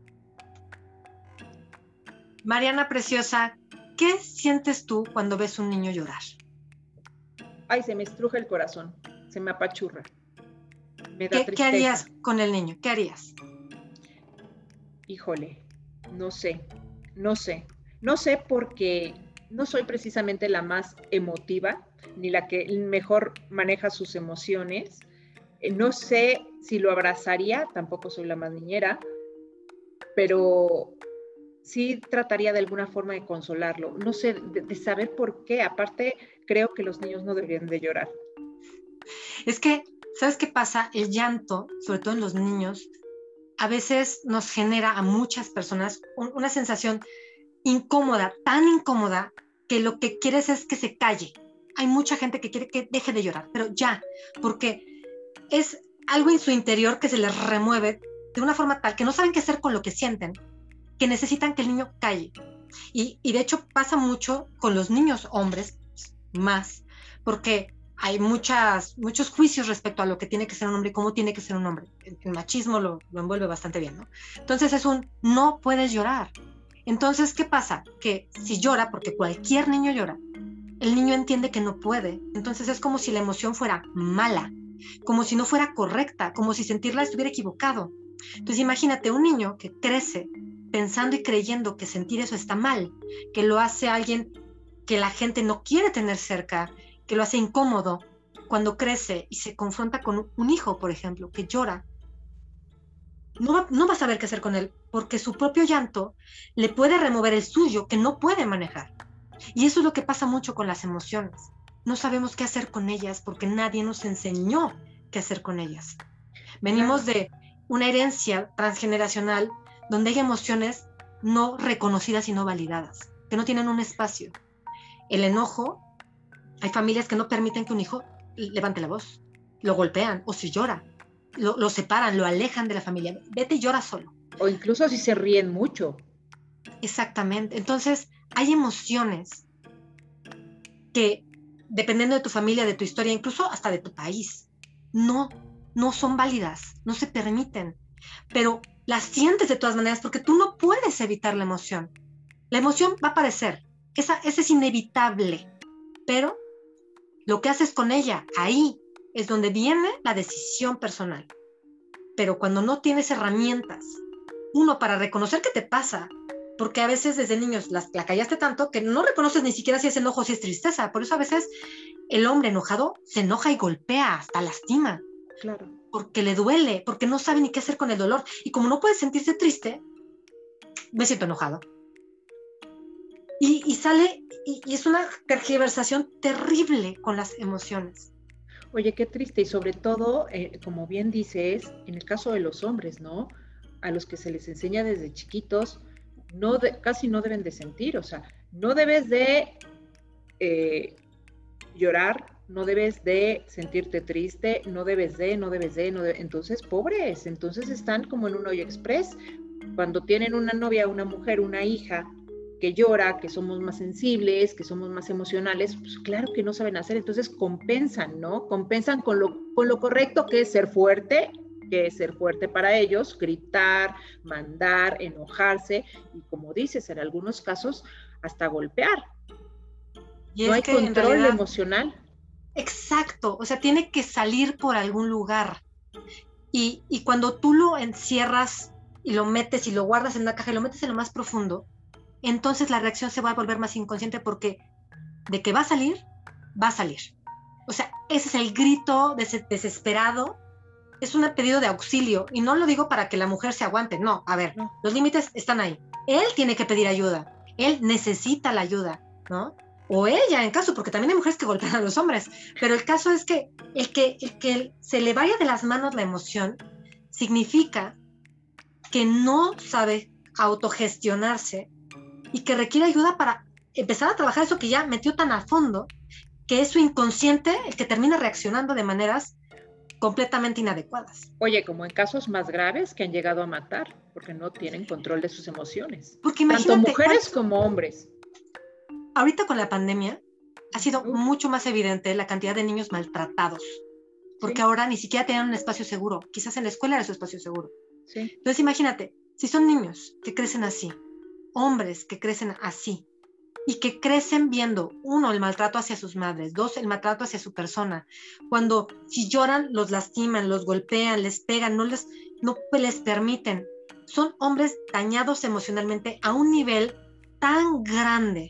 S2: Mariana Preciosa, ¿qué sientes tú cuando ves un niño llorar?
S1: Ay, se me estruja el corazón, se me apachurra. Me da
S2: ¿Qué,
S1: tristeza.
S2: ¿Qué harías con el niño? ¿Qué harías?
S1: Híjole, no sé, no sé. No sé porque no soy precisamente la más emotiva, ni la que mejor maneja sus emociones. No sé si lo abrazaría, tampoco soy la más niñera, pero sí trataría de alguna forma de consolarlo. No sé, de, de saber por qué. Aparte, creo que los niños no deberían de llorar.
S2: Es que, ¿sabes qué pasa? El llanto, sobre todo en los niños, a veces nos genera a muchas personas un, una sensación incómoda, tan incómoda, que lo que quieres es que se calle. Hay mucha gente que quiere que deje de llorar, pero ya, porque es algo en su interior que se les remueve de una forma tal que no saben qué hacer con lo que sienten, que necesitan que el niño calle. Y, y de hecho pasa mucho con los niños hombres, más, porque hay muchas, muchos juicios respecto a lo que tiene que ser un hombre y cómo tiene que ser un hombre. El, el machismo lo, lo envuelve bastante bien, ¿no? Entonces es un no puedes llorar. Entonces, ¿qué pasa? Que si llora, porque cualquier niño llora, el niño entiende que no puede. Entonces es como si la emoción fuera mala, como si no fuera correcta, como si sentirla estuviera equivocado. Entonces imagínate un niño que crece pensando y creyendo que sentir eso está mal, que lo hace alguien que la gente no quiere tener cerca, que lo hace incómodo. Cuando crece y se confronta con un hijo, por ejemplo, que llora, no va, no va a saber qué hacer con él, porque su propio llanto le puede remover el suyo que no puede manejar. Y eso es lo que pasa mucho con las emociones. No sabemos qué hacer con ellas porque nadie nos enseñó qué hacer con ellas. Venimos de una herencia transgeneracional donde hay emociones no reconocidas y no validadas, que no tienen un espacio. El enojo, hay familias que no permiten que un hijo levante la voz, lo golpean o si llora, lo, lo separan, lo alejan de la familia. Vete y llora solo.
S1: O incluso si se ríen mucho.
S2: Exactamente. Entonces, hay emociones que, dependiendo de tu familia, de tu historia, incluso hasta de tu país, no, no son válidas, no se permiten. Pero las sientes de todas maneras porque tú no puedes evitar la emoción. La emoción va a aparecer, esa, esa es inevitable, pero lo que haces con ella, ahí es donde viene la decisión personal. Pero cuando no tienes herramientas, uno, para reconocer qué te pasa, porque a veces desde niños la, la callaste tanto que no reconoces ni siquiera si es enojo o si es tristeza. Por eso a veces el hombre enojado se enoja y golpea, hasta lastima.
S1: Claro.
S2: Porque le duele, porque no sabe ni qué hacer con el dolor. Y como no puede sentirse triste, me siento enojado. Y, y sale, y, y es una tergiversación terrible con las emociones.
S1: Oye, qué triste, y sobre todo, eh, como bien dices, en el caso de los hombres, ¿no? A los que se les enseña desde chiquitos, no de, casi no deben de sentir, o sea, no debes de eh, llorar, no debes de sentirte triste, no debes de, no debes de, no de, entonces, pobres, entonces están como en un hoyo express. Cuando tienen una novia, una mujer, una hija que llora, que somos más sensibles, que somos más emocionales, pues claro que no saben hacer, entonces compensan, ¿no? Compensan con lo, con lo correcto que es ser fuerte, que es ser fuerte para ellos, gritar, mandar, enojarse, y como dices, en algunos casos, hasta golpear.
S2: Y
S1: no hay control
S2: realidad,
S1: emocional.
S2: Exacto, o sea, tiene que salir por algún lugar. Y, y cuando tú lo encierras y lo metes y lo guardas en una caja y lo metes en lo más profundo, entonces la reacción se va a volver más inconsciente porque de que va a salir, va a salir. O sea, ese es el grito des- desesperado, es un pedido de auxilio, y no lo digo para que la mujer se aguante, no, a ver,
S1: No.
S2: los límites están ahí. Él tiene que pedir ayuda, él necesita la ayuda, ¿no? O ella, en caso, porque también hay mujeres que golpean a los hombres, pero el caso es que el que, el que se le vaya de las manos la emoción significa que no sabe autogestionarse y que requiere ayuda para empezar a trabajar eso que ya metió tan a fondo, que es su inconsciente el que termina reaccionando de maneras completamente inadecuadas.
S1: Oye, como en casos más graves que han llegado a matar, porque no tienen control de sus emociones.
S2: Porque imagínate,
S1: tanto mujeres
S2: ¿cuánto,
S1: como hombres.
S2: ahorita con la pandemia ha sido uh. mucho más evidente la cantidad de niños maltratados, porque sí. ahora ni siquiera tenían un espacio seguro, quizás en la escuela era su espacio seguro. Sí. Entonces imagínate, si son niños que crecen así, hombres que crecen así, y que crecen viendo, uno, el maltrato hacia sus madres, dos, el maltrato hacia su persona, cuando si lloran los lastiman, los golpean, les pegan, no les, no les permiten, son hombres dañados emocionalmente a un nivel tan grande,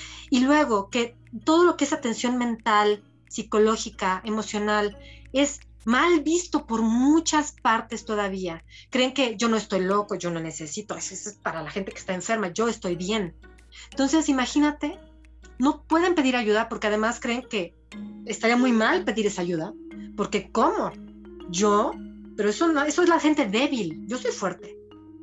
S2: y luego que todo lo que es atención mental, psicológica, emocional, es mal visto por muchas partes todavía. Creen que yo no estoy loco, yo no necesito, eso es para la gente que está enferma, yo estoy bien. Entonces, imagínate, no pueden pedir ayuda porque además creen que estaría muy mal pedir esa ayuda, porque ¿cómo? Yo, pero eso no, eso es la gente débil, yo soy fuerte.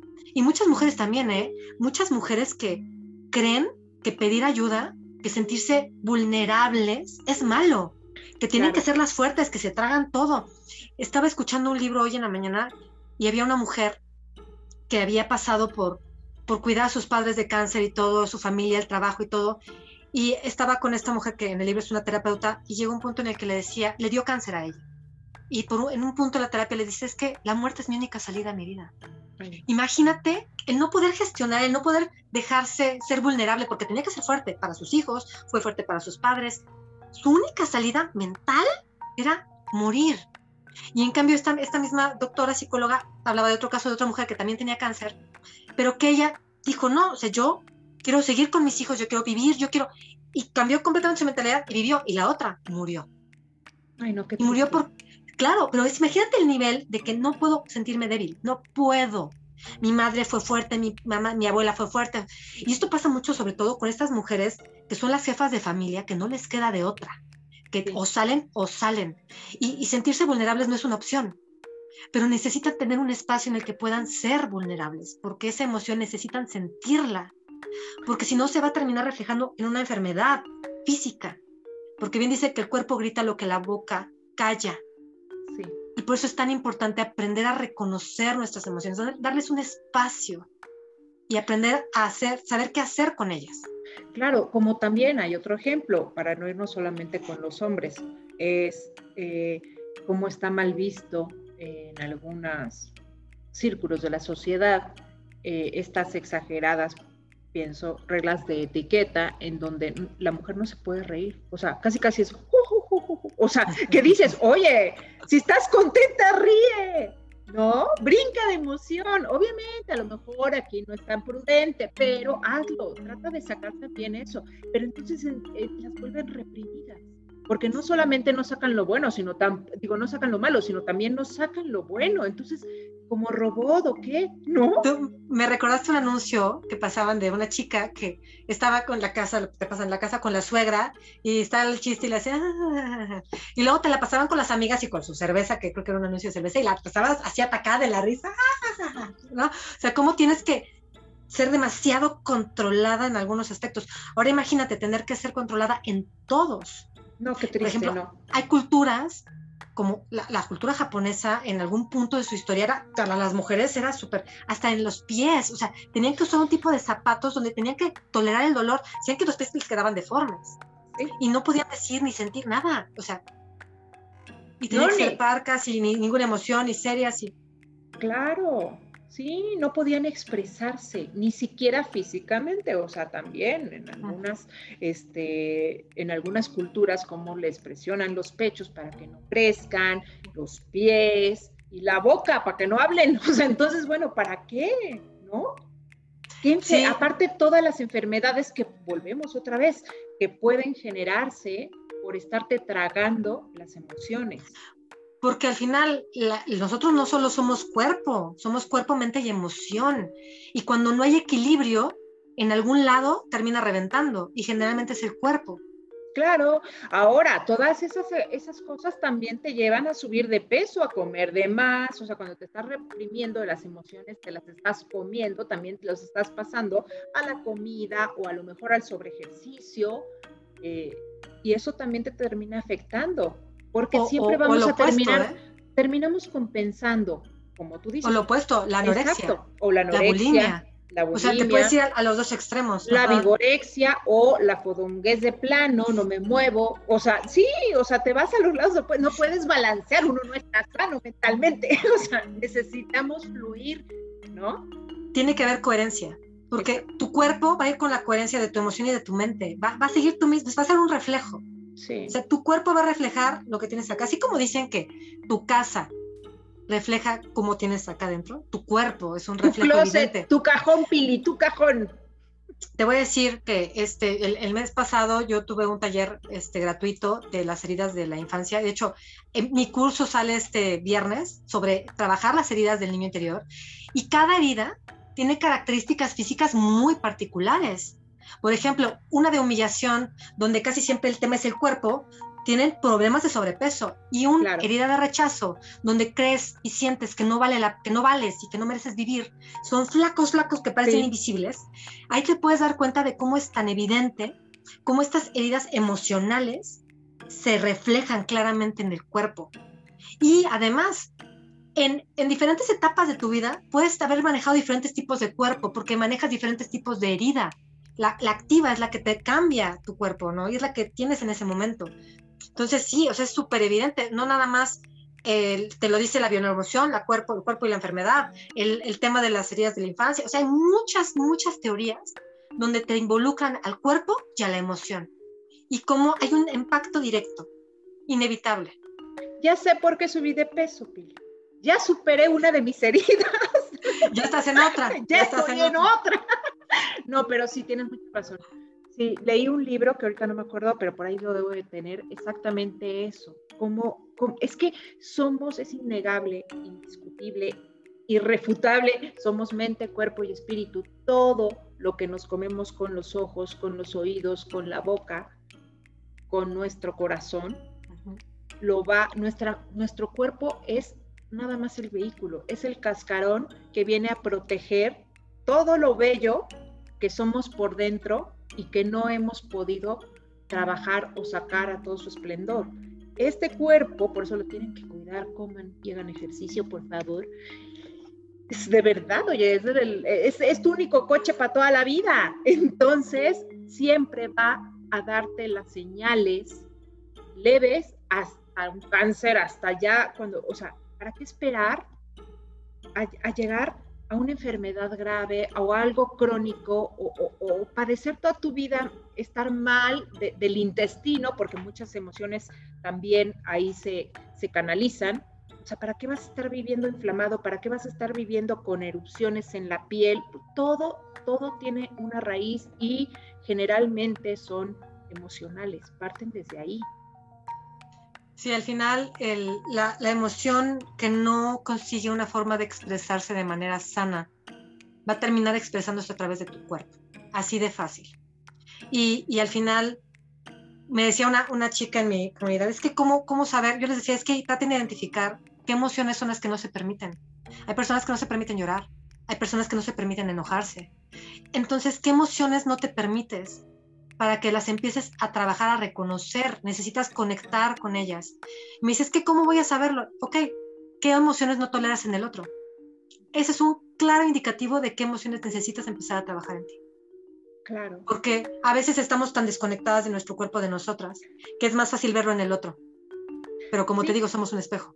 S2: Y muchas mujeres también, ¿eh? Muchas mujeres que creen que pedir ayuda, que sentirse vulnerables es malo, que tienen claro. que ser las fuertes, que se tragan todo. Estaba escuchando un libro hoy en la mañana y había una mujer que había pasado por, por cuidar a sus padres de cáncer y todo, su familia, el trabajo y todo, y estaba con esta mujer que en el libro es una terapeuta, y llegó un punto en el que le decía, le dio cáncer a ella, y por, en un punto de la terapia le dice, es que la muerte es mi única salida a mi vida. Sí. Imagínate el no poder gestionar, el no poder dejarse ser vulnerable, porque tenía que ser fuerte para sus hijos, fue fuerte para sus padres. Su única salida mental era morir. Y en cambio esta, esta misma doctora psicóloga hablaba de otro caso de otra mujer que también tenía cáncer, pero que ella dijo, no, o sea, yo quiero seguir con mis hijos, yo quiero vivir, yo quiero... Y cambió completamente su mentalidad y vivió. Y la otra murió.
S1: Ay, no, qué
S2: y murió por... Claro, pero es, imagínate el nivel de que no puedo sentirme débil, no puedo. Mi madre fue fuerte, mi mamá, mi abuela fue fuerte. Y esto pasa mucho sobre todo con estas mujeres que son las jefas de familia, que no les queda de otra, que sí. o salen o salen. Y, y sentirse vulnerables no es una opción, pero necesitan tener un espacio en el que puedan ser vulnerables, porque esa emoción necesitan sentirla, porque si no se va a terminar reflejando en una enfermedad física, porque bien dice que el cuerpo grita lo que la boca calla. Sí. Y por eso es tan importante aprender a reconocer nuestras emociones, darles un espacio y aprender a hacer, saber qué hacer con ellas.
S1: Claro, como también hay otro ejemplo, para no irnos solamente con los hombres, es eh, cómo está mal visto en algunos círculos de la sociedad eh, estas exageradas, pienso, reglas de etiqueta en donde la mujer no se puede reír, o sea, casi casi es, uh, uh, uh, uh, o sea, que dices, oye, si estás contenta, ríe, ¿no? Brinca de emoción, obviamente, a lo mejor aquí no es tan prudente, pero hazlo, trata de sacar también eso, pero entonces eh, las vuelven reprimidas, porque no solamente no sacan lo bueno, sino tan, digo, no sacan lo malo, sino también no sacan lo bueno, entonces, como robot o qué, ¿no?
S2: Tú me recordaste un anuncio que pasaban de una chica que estaba con la casa, lo que te pasa en la casa con la suegra, y estaba el chiste y le hacía, ah, y luego te la pasaban con las amigas y con su cerveza, que creo que era un anuncio de cerveza, y la pasabas así atacada de la risa, ¿no? O sea, ¿cómo tienes que ser demasiado controlada en algunos aspectos? Ahora imagínate tener que ser controlada en todos.
S1: No, qué triste,
S2: por ejemplo,
S1: no.
S2: Hay culturas, como la, la cultura japonesa, en algún punto de su historia, era, para las mujeres era súper, hasta en los pies, o sea, tenían que usar un tipo de zapatos donde tenían que tolerar el dolor, decían que los pies les quedaban deformes, ¿sí? Y no podían decir ni sentir nada, o sea, y tenían no, que ni... ser parcas y ni, ninguna emoción, ni serias, y...
S1: Claro, sí, no podían expresarse, ni siquiera físicamente, o sea, también en algunas, este, en algunas culturas, como les presionan los pechos para que no crezcan, los pies y la boca para que no hablen, o sea, entonces, bueno, ¿para qué? ¿No? ¿Qué sí. Aparte, todas las enfermedades que, volvemos otra vez, que pueden generarse por estarte tragando las emociones.
S2: Porque al final la, nosotros no solo somos cuerpo, somos cuerpo, mente y emoción. Y cuando no hay equilibrio, en algún lado termina reventando y generalmente es el cuerpo.
S1: Claro, ahora todas esas, esas cosas también te llevan a subir de peso, a comer de más, o sea, cuando te estás reprimiendo las emociones, te las estás comiendo, también te las estás pasando a la comida o a lo mejor al sobreejercicio, eh, y eso también te termina afectando. Porque o, siempre vamos a opuesto, terminar, ¿eh? terminamos compensando, como tú dices.
S2: O lo opuesto, la anorexia.
S1: Exacto, o la anorexia, la bulimia. la bulimia.
S2: O sea, te puedes ir a, a los dos extremos.
S1: La
S2: Ajá.
S1: vigorexia o la fodonguez de plano, no me muevo. O sea, sí, o sea, te vas a los lados, no puedes, no puedes balancear, uno no está sano mentalmente. O sea, necesitamos fluir, ¿no?
S2: Tiene que haber coherencia, porque Exacto. tu cuerpo va a ir con la coherencia de tu emoción y de tu mente. Va, va a seguir tú mismo, va a ser un reflejo.
S1: Sí.
S2: O sea, tu cuerpo va a reflejar lo que tienes acá. Así como dicen que tu casa refleja cómo tienes acá adentro, tu cuerpo es un reflejo
S1: tu closet,
S2: evidente.
S1: Tu cajón, Pili, tu cajón.
S2: Te voy a decir que este, el, el mes pasado yo tuve un taller este, gratuito de las heridas de la infancia. De hecho, en, mi curso sale este viernes sobre trabajar las heridas del niño interior, y cada herida tiene características físicas muy particulares. Por ejemplo, una de humillación, donde casi siempre el tema es el cuerpo, tienen problemas de sobrepeso, y una claro. herida de rechazo, donde crees y sientes que no, vale la, que no vales y que no mereces vivir, son flacos, flacos que parecen sí. invisibles. Ahí te puedes dar cuenta de cómo es tan evidente, cómo estas heridas emocionales se reflejan claramente en el cuerpo. Y además, en, en diferentes etapas de tu vida, puedes haber manejado diferentes tipos de cuerpo, porque manejas diferentes tipos de herida. La, la activa es la que te cambia tu cuerpo, ¿no? Y es la que tienes en ese momento. Entonces sí, o sea, es súper evidente, no nada más eh, te lo dice la bioneuroemoción, la cuerpo, el cuerpo y la enfermedad, el, el tema de las heridas de la infancia, o sea, hay muchas, muchas teorías donde te involucran al cuerpo y a la emoción, y cómo hay un impacto directo, inevitable.
S1: Ya sé por qué subí de peso, Pili. Ya superé una de mis heridas.
S2: Ya estás en otra.
S1: ya,
S2: ya
S1: estás estoy en, en otra. otra. No, pero sí, tienes mucha razón. Sí, leí un libro que ahorita no me acuerdo, pero por ahí lo debo de tener, exactamente eso. Como, como, es que somos, es innegable, indiscutible, irrefutable, somos mente, cuerpo y espíritu. Todo lo que nos comemos con los ojos, con los oídos, con la boca, con nuestro corazón, uh-huh. lo va, nuestra, nuestro cuerpo es nada más el vehículo, es el cascarón que viene a proteger todo lo bello que somos por dentro y que no hemos podido trabajar o sacar a todo su esplendor. Este cuerpo, por eso lo tienen que cuidar, coman y hagan ejercicio, por favor. Es de verdad, oye, es, del, es, es tu único coche para toda la vida. Entonces, siempre va a darte las señales leves hasta un cáncer, hasta ya cuando, o sea, ¿para qué esperar a, a llegar a una enfermedad grave o algo crónico o, o, o padecer toda tu vida, estar mal de, del intestino, porque muchas emociones también ahí se, se canalizan? O sea, ¿para qué vas a estar viviendo inflamado? ¿Para qué vas a estar viviendo con erupciones en la piel? Todo, todo tiene una raíz y generalmente son emocionales, parten desde ahí.
S2: Sí, al final el, la, la emoción que no consigue una forma de expresarse de manera sana va a terminar expresándose a través de tu cuerpo, así de fácil. Y, y al final me decía una, una chica en mi comunidad, es que cómo, cómo saber, yo les decía, es que traten de identificar qué emociones son las que no se permiten. Hay personas que no se permiten llorar, hay personas que no se permiten enojarse. Entonces, ¿qué emociones no te permites? Para que las empieces a trabajar, a reconocer, necesitas conectar con ellas. Y me dices, ¿qué, ¿cómo voy a saberlo? Ok, ¿qué emociones no toleras en el otro? Ese es un claro indicativo de qué emociones necesitas empezar a trabajar en ti.
S1: Claro.
S2: Porque a veces estamos tan desconectadas de nuestro cuerpo, de nosotras, que es más fácil verlo en el otro. Pero como sí. te digo, somos un espejo.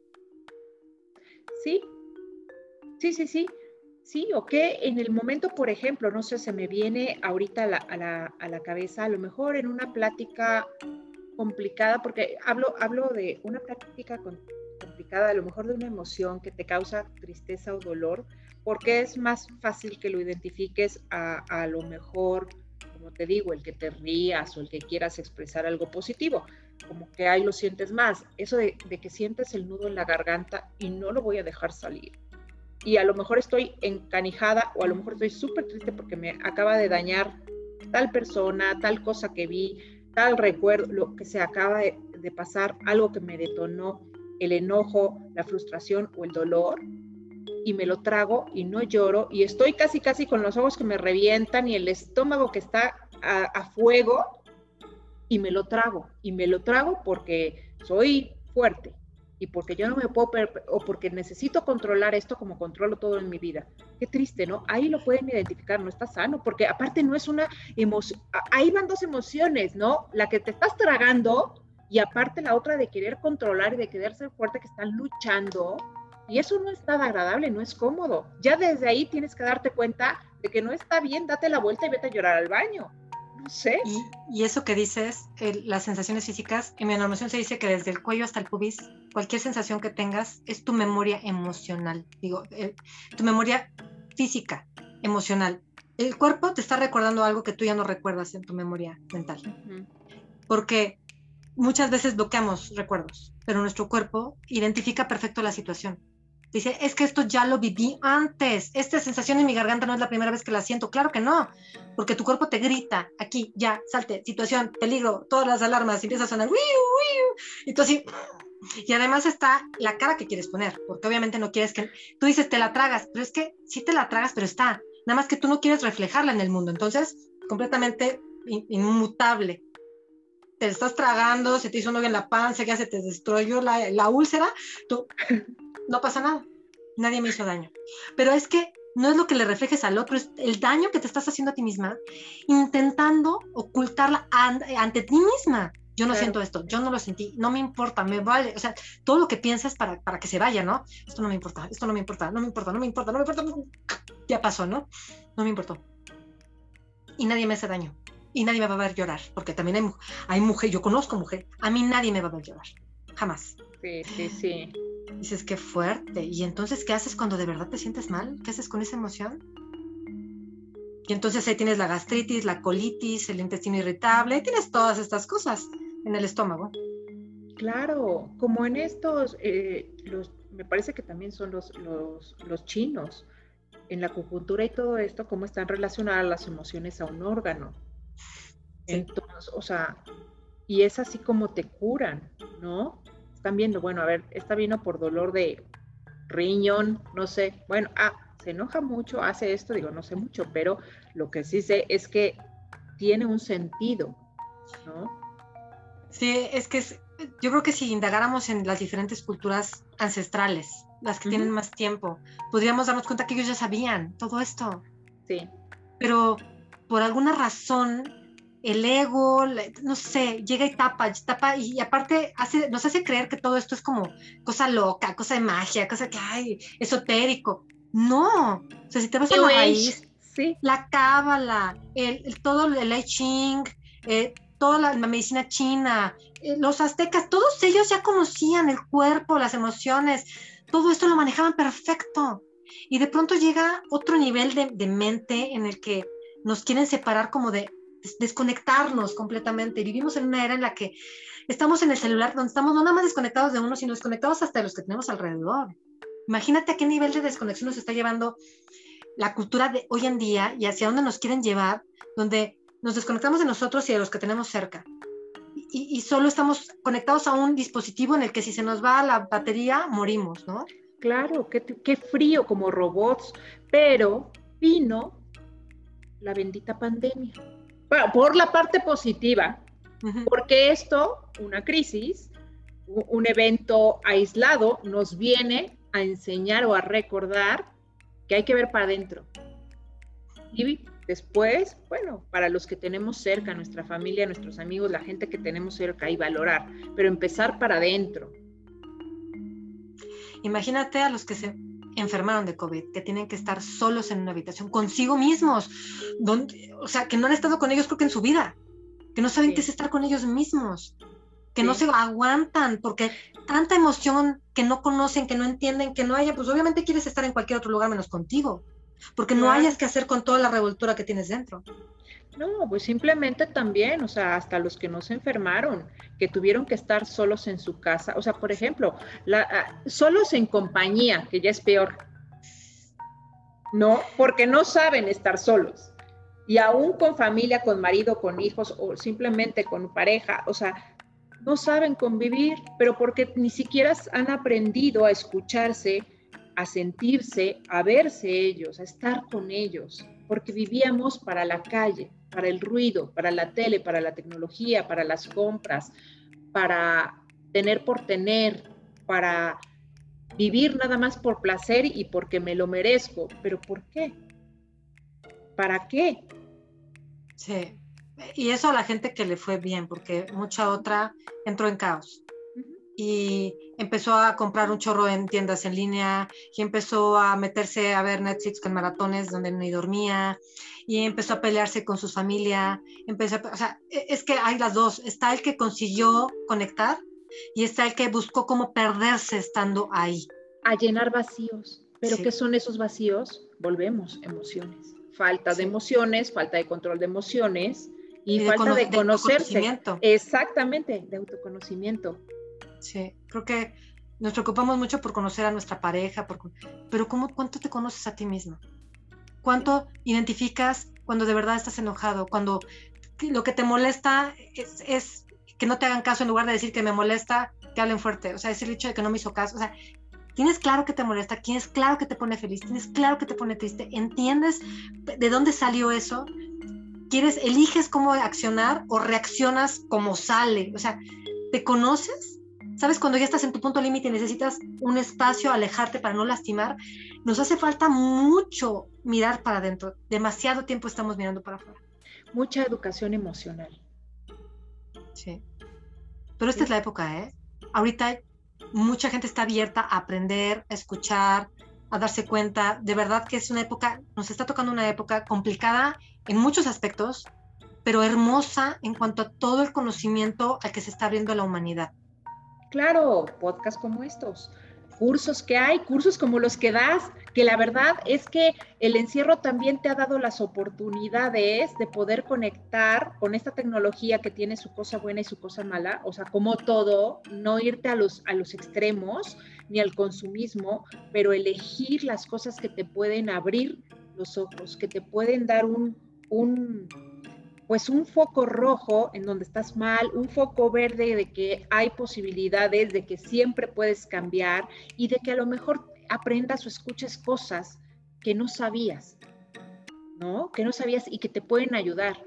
S1: Sí, sí, sí, sí. Sí, o que en el momento, por ejemplo, no sé, se me viene ahorita a la, a la, a la cabeza, a lo mejor en una plática complicada, porque hablo, hablo de una plática con, complicada, a lo mejor de una emoción que te causa tristeza o dolor, porque es más fácil que lo identifiques a, a lo mejor, como te digo, el que te rías o el que quieras expresar algo positivo, como que ahí lo sientes más. Eso de, de que sientes el nudo en la garganta y no lo voy a dejar salir. Y a lo mejor estoy encanijada o a lo mejor estoy súper triste porque me acaba de dañar tal persona, tal cosa que vi, tal recuerdo, lo que se acaba de, de pasar, algo que me detonó el enojo, la frustración o el dolor, y me lo trago y no lloro y estoy casi casi con los ojos que me revientan y el estómago que está a, a fuego, y me lo trago, y me lo trago porque soy fuerte y porque yo no me puedo, o porque necesito controlar esto como controlo todo en mi vida. Qué triste, ¿no? Ahí lo pueden identificar, no está sano, porque aparte no es una emoción, ahí van dos emociones, ¿no? La que te estás tragando y aparte la otra de querer controlar y de querer ser fuerte, que están luchando, y eso no es nada agradable, no es cómodo. Ya desde ahí tienes que darte cuenta de que no está bien, date la vuelta y vete a llorar al baño. No sé.
S2: Y, y eso que dices, el, las sensaciones físicas, en mi enunciación se dice que desde el cuello hasta el pubis, cualquier sensación que tengas es tu memoria emocional, digo, eh, tu memoria física, emocional. El cuerpo te está recordando algo que tú ya no recuerdas en tu memoria mental. Uh-huh. Porque muchas veces bloqueamos recuerdos, pero nuestro cuerpo identifica perfecto la situación. Dice, es que esto ya lo viví antes. Esta sensación en mi garganta no es la primera vez que la siento. Claro que no, porque tu cuerpo te grita, aquí, ya, salte, situación, peligro, todas las alarmas, y empieza a sonar, ¡wiu, wiu! Y tú así, y además está la cara que quieres poner, porque obviamente no quieres que, tú dices, te la tragas, pero es que sí te la tragas, pero está, nada más que tú no quieres reflejarla en el mundo, entonces, completamente in, inmutable. Te estás tragando, se te hizo un hoyo en la panza, ya se te destruyó la, la úlcera, tú, no pasa nada, nadie me hizo daño. Pero es que no es lo que le reflejes al otro, es el daño que te estás haciendo a ti misma, intentando ocultarla an, ante ti misma. Yo no claro. siento esto, yo no lo sentí, no me importa, me vale, o sea, todo lo que piensas para, para que se vaya, ¿no? Esto no me importa, esto no me importa, no me importa, no me importa, no me importa, no, ya pasó, ¿no? No me importó. Y nadie me hace daño. Y nadie me va a ver llorar, porque también hay, hay mujer, yo conozco mujer, a mí nadie me va a ver llorar, jamás.
S1: Sí, sí, sí.
S2: Dices, qué fuerte. ¿Y entonces qué haces cuando de verdad te sientes mal? ¿Qué haces con esa emoción? Y entonces ahí tienes la gastritis, la colitis, el intestino irritable, ahí tienes todas estas cosas en el estómago.
S1: Claro, como en estos, eh, los, me parece que también son los, los, los chinos, en la acupuntura y todo esto, cómo están relacionadas las emociones a un órgano. Sí. Entonces, o sea, y es así como te curan, ¿no? Están viendo, bueno, a ver, esta vino por dolor de riñón, no sé, bueno, ah, se enoja mucho, hace esto, digo, no sé mucho, pero lo que sí sé es que tiene un sentido, ¿no?
S2: Sí, es que es, yo creo que si indagáramos en las diferentes culturas ancestrales, las que uh-huh. tienen más tiempo, podríamos darnos cuenta que ellos ya sabían todo esto.
S1: Sí.
S2: Pero por alguna razón, el ego, no sé, llega y tapa, tapa y aparte hace, nos hace creer que todo esto es como cosa loca, cosa de magia, cosa que, ay, esotérico. No, o sea, si te vas New a la raíz,
S1: sí.
S2: la cábala, el, el, todo el I Ching, eh, toda la, la medicina china, eh, los aztecas, todos ellos ya conocían el cuerpo, las emociones, todo esto lo manejaban perfecto. Y de pronto llega otro nivel de, de mente en el que nos quieren separar como de desconectarnos completamente. Vivimos en una era en la que estamos en el celular donde estamos no nada más desconectados de uno, sino desconectados hasta de los que tenemos alrededor. Imagínate a qué nivel de desconexión nos está llevando la cultura de hoy en día y hacia dónde nos quieren llevar, donde nos desconectamos de nosotros y de los que tenemos cerca. Y, y solo estamos conectados a un dispositivo en el que si se nos va la batería, morimos, ¿no?
S1: Claro, qué, qué frío como robots, pero vino la bendita pandemia. Bueno, por la parte positiva, uh-huh. porque esto, una crisis, un evento aislado, nos viene a enseñar o a recordar que hay que ver para adentro. Y después, bueno, para los que tenemos cerca, nuestra familia, nuestros amigos, la gente que tenemos cerca, y valorar, pero empezar para adentro.
S2: Imagínate a los que se enfermaron de COVID, que tienen que estar solos en una habitación consigo mismos, donde, o sea, que no han estado con ellos creo que en su vida, que no saben sí. qué es estar con ellos mismos, que sí. no se aguantan, porque tanta emoción que no conocen, que no entienden, que no haya, pues obviamente quieres estar en cualquier otro lugar menos contigo, porque claro. no hayas que hacer con toda la revoltura que tienes dentro.
S1: No, pues simplemente también, o sea, hasta los que no se enfermaron, que tuvieron que estar solos en su casa, o sea, por ejemplo, la, uh, solos en compañía, que ya es peor, ¿no? Porque no saben estar solos, y aún con familia, con marido, con hijos, o simplemente con pareja, o sea, no saben convivir, pero porque ni siquiera han aprendido a escucharse, a sentirse, a verse ellos, a estar con ellos, porque vivíamos para la calle, para el ruido, para la tele, para la tecnología, para las compras, para tener por tener, para vivir nada más por placer y porque me lo merezco. ¿Pero por qué? ¿Para qué?
S2: Sí. Y eso a la gente que le fue bien, porque mucha otra entró en caos. Y empezó a comprar un chorro en tiendas en línea, y empezó a meterse a ver Netflix con maratones donde ni dormía, y empezó a pelearse con su familia, empezó a, o sea, es que hay las dos, está el que consiguió conectar y está el que buscó cómo perderse estando ahí.
S1: A llenar vacíos. ¿Pero sí. ¿Qué son esos vacíos? Volvemos, emociones. Falta sí. de emociones, falta de control de emociones y, y de falta de, de conocerse. Exactamente, de autoconocimiento.
S2: Sí, creo que nos preocupamos mucho por conocer a nuestra pareja, por, pero ¿cómo, ¿cuánto te conoces a ti mismo? ¿Cuánto identificas cuando de verdad estás enojado? Cuando lo que te molesta es, es que no te hagan caso, en lugar de decir que me molesta, que hablen fuerte. O sea, es el hecho de que no me hizo caso. O sea, tienes claro que te molesta, tienes claro que te pone feliz, tienes claro que te pone triste, entiendes de dónde salió eso, quieres, eliges cómo accionar o reaccionas como sale. O sea, ¿te conoces? ¿Sabes? Cuando ya estás en tu punto límite y necesitas un espacio, alejarte para no lastimar, nos hace falta mucho mirar para adentro. Demasiado tiempo estamos mirando para afuera.
S1: Mucha educación emocional.
S2: Sí. Pero esta sí. es la época, ¿eh? Ahorita mucha gente está abierta a aprender, a escuchar, a darse cuenta. De verdad que es una época, nos está tocando una época complicada en muchos aspectos, pero hermosa en cuanto a todo el conocimiento al que se está abriendo la humanidad.
S1: Claro, podcasts como estos, cursos que hay, cursos como los que das, que la verdad es que el encierro también te ha dado las oportunidades de poder conectar con esta tecnología que tiene su cosa buena y su cosa mala, o sea, como todo, no irte a los, a los extremos ni al consumismo, pero elegir las cosas que te pueden abrir los ojos, que te pueden dar un... un pues un foco rojo en donde estás mal, un foco verde de que hay posibilidades, de que siempre puedes cambiar y de que a lo mejor aprendas o escuches cosas que no sabías, ¿no? Que no sabías y que te pueden ayudar.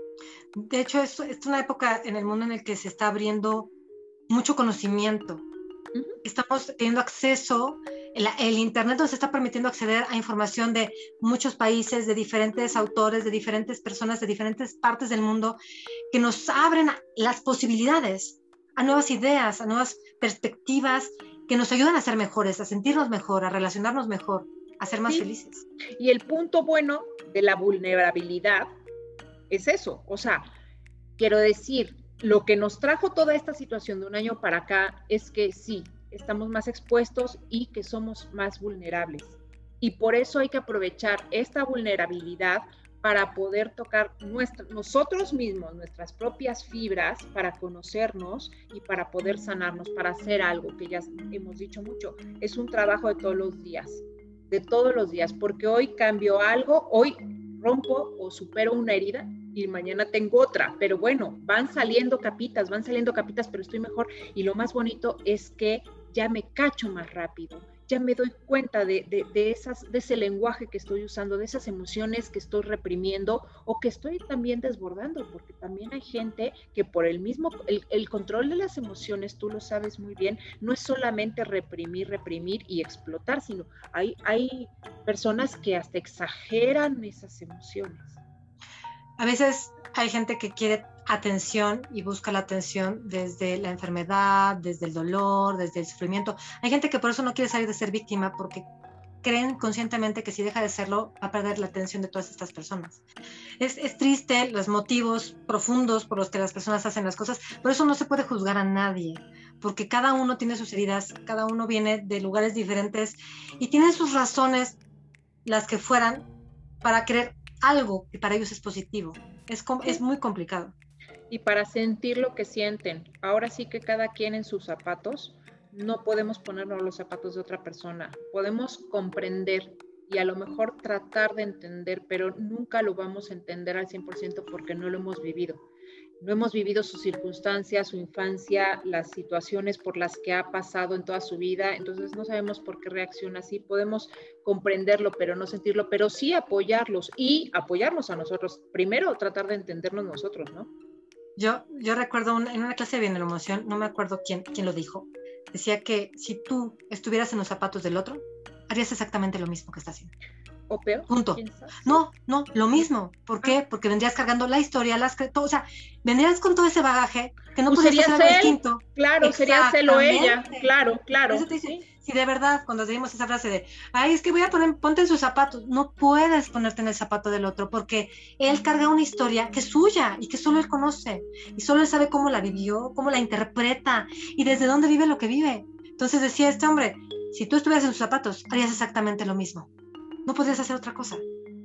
S2: De hecho, es, es una época en el mundo en el que se está abriendo mucho conocimiento. Uh-huh. Estamos teniendo acceso, el, el internet nos está permitiendo acceder a información de muchos países, de diferentes autores, de diferentes personas, de diferentes partes del mundo, que nos abren las posibilidades a nuevas ideas, a nuevas perspectivas, que nos ayudan a ser mejores, a sentirnos mejor, a relacionarnos mejor, a ser más sí. felices.
S1: Y el punto bueno de la vulnerabilidad es eso, o sea, quiero decir, lo que nos trajo toda esta situación de un año para acá es que sí, estamos más expuestos y que somos más vulnerables. Y por eso hay que aprovechar esta vulnerabilidad para poder tocar nuestra, nosotros mismos, nuestras propias fibras, para conocernos y para poder sanarnos, para hacer algo que ya hemos dicho mucho. Es un trabajo de todos los días, de todos los días, porque hoy cambio algo, hoy rompo o supero una herida y mañana tengo otra, pero bueno, van saliendo capitas, van saliendo capitas, pero estoy mejor y lo más bonito es que ya me cacho más rápido, ya me doy cuenta de, de, de, esas, de ese lenguaje que estoy usando, de esas emociones que estoy reprimiendo o que estoy también desbordando, porque también hay gente que por el mismo, el, el control de las emociones, tú lo sabes muy bien, no es solamente reprimir, reprimir y explotar, sino hay, hay personas que hasta exageran esas emociones.
S2: A veces hay gente que quiere atención y busca la atención desde la enfermedad, desde el dolor, desde el sufrimiento. Hay gente que por eso no quiere salir de ser víctima porque creen conscientemente que si deja de serlo va a perder la atención de todas estas personas. Es, es triste los motivos profundos por los que las personas hacen las cosas, por eso no se puede juzgar a nadie, porque cada uno tiene sus heridas, cada uno viene de lugares diferentes y tiene sus razones, las que fueran, para querer algo que para ellos es positivo. Es, es muy complicado.
S1: Y para sentir lo que sienten. Ahora sí que cada quien en sus zapatos, no podemos ponernos los zapatos de otra persona. Podemos comprender y a lo mejor tratar de entender, pero nunca lo vamos a entender al cien por ciento porque no lo hemos vivido. No hemos vivido sus circunstancias, su infancia, las situaciones por las que ha pasado en toda su vida, entonces no sabemos por qué reacciona así. Podemos comprenderlo, pero no sentirlo, pero sí apoyarlos y apoyarnos a nosotros. Primero, tratar de entendernos nosotros, ¿no?
S2: Yo, yo recuerdo un, en una clase de bienemoción, no me acuerdo quién, quién lo dijo, decía que si tú estuvieras en los zapatos del otro, harías exactamente lo mismo que está haciendo.
S1: ¿O peor?
S2: Punto. No, no, lo mismo. ¿Por qué? Porque vendrías cargando la historia, las todo, o sea, vendrías con todo ese bagaje que no
S1: pues
S2: podrías hacer algo distinto.
S1: Claro, sería celo ella. Claro, claro.
S2: Eso te dice, ¿sí? Si de verdad, cuando decimos esa frase de, ay, es que voy a poner, ponte en sus zapatos, no puedes ponerte en el zapato del otro, porque él carga una historia que es suya y que solo él conoce, y solo él sabe cómo la vivió, cómo la interpreta, y desde dónde vive lo que vive. Entonces decía este hombre, si tú estuvieras en sus zapatos, harías exactamente lo mismo. No podrías hacer otra cosa.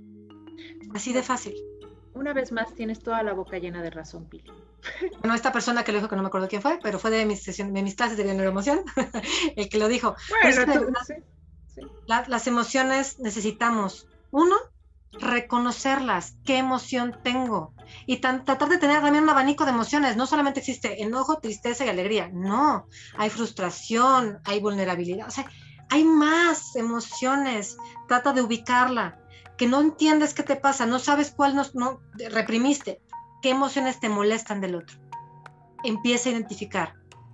S2: Así de fácil.
S1: Una vez más, tienes toda la boca llena de razón, Pili.
S2: Bueno, esta persona que lo dijo, que no me acuerdo quién fue, pero fue de mis, sesión, de mis clases de neuroemoción, el que lo dijo.
S1: Bueno, tú,
S2: verdad,
S1: sí, sí.
S2: La, las emociones necesitamos, uno, reconocerlas, qué emoción tengo, y tan, tratar de tener también un abanico de emociones. No solamente existe enojo, tristeza y alegría, no, hay frustración, hay vulnerabilidad, o sea, hay más emociones. Trata de ubicarla, que no entiendes qué te pasa, no sabes cuál no, no reprimiste, qué emociones te molestan del otro. Empieza a identificar.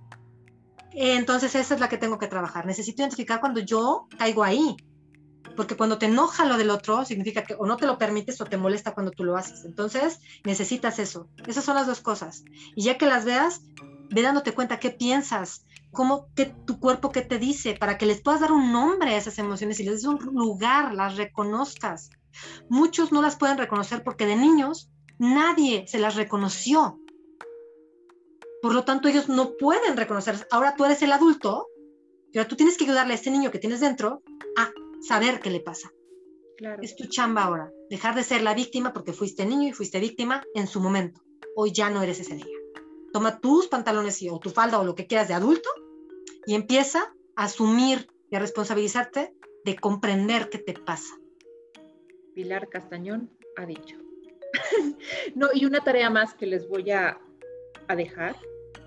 S2: Entonces esa es la que tengo que trabajar. Necesito identificar cuando yo caigo ahí, porque cuando te enoja lo del otro, significa que o no te lo permites o te molesta cuando tú lo haces. Entonces necesitas eso. Esas son las dos cosas. Y ya que las veas, ve dándote cuenta qué piensas, cómo, qué, tu cuerpo qué te dice, para que les puedas dar un nombre a esas emociones y les des un lugar, las reconozcas. Muchos no las pueden reconocer porque de niños nadie se las reconoció. Por lo tanto, ellos no pueden reconocer. Ahora tú eres el adulto, pero tú tienes que ayudarle a este niño que tienes dentro a saber qué le pasa.
S1: Claro.
S2: Es tu chamba ahora. Dejar de ser la víctima porque fuiste niño y fuiste víctima en su momento. Hoy ya no eres ese niño. Toma tus pantalones y, o tu falda o lo que quieras de adulto y empieza a asumir y a responsabilizarte de comprender qué te pasa.
S1: Pilar Castañón ha dicho. No, y una tarea más que les voy a, a dejar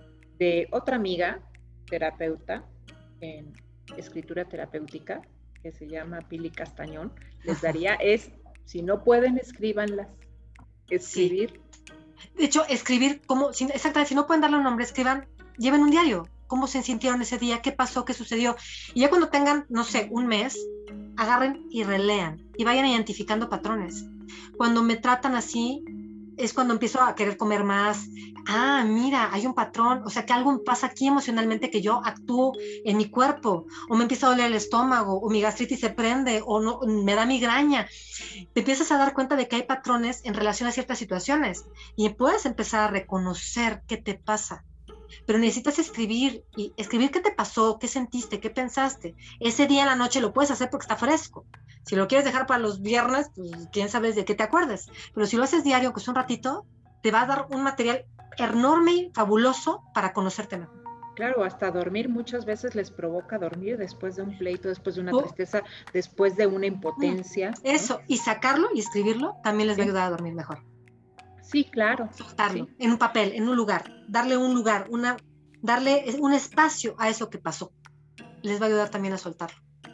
S1: de otra amiga, terapeuta en escritura terapéutica, que se llama Pili Castañón, les daría es, si no pueden, escríbanlas. Escribir.
S2: Sí. De hecho, escribir, como, exactamente, si no pueden darle un nombre, escriban, lleven un diario, cómo se sintieron ese día, qué pasó, qué sucedió. Y ya cuando tengan, no sé, un mes, agarren y relean y vayan identificando patrones. Cuando me tratan así, es cuando empiezo a querer comer más. Ah, mira, hay un patrón, o sea que algo pasa aquí emocionalmente que yo actúo en mi cuerpo, o me empieza a doler el estómago, o mi gastritis se prende, o no, me da migraña. Te empiezas a dar cuenta de que hay patrones en relación a ciertas situaciones y puedes empezar a reconocer qué te pasa. Pero necesitas escribir, y escribir qué te pasó, qué sentiste, qué pensaste. Ese día en la noche lo puedes hacer porque está fresco. Si lo quieres dejar para los viernes, pues quién sabe de qué te acuerdes. Pero si lo haces diario, que es un ratito, te va a dar un material enorme y fabuloso para conocerte mejor.
S1: Claro, hasta dormir muchas veces les provoca dormir después de un pleito, después de una oh. tristeza, después de una impotencia.
S2: Eso, ¿no? Y sacarlo y escribirlo también les sí. va a ayudar a dormir mejor.
S1: Sí, claro.
S2: Soltarlo
S1: sí.
S2: en un papel, en un lugar, darle un lugar, una, darle un espacio a eso que pasó. Les va a ayudar también a soltarlo.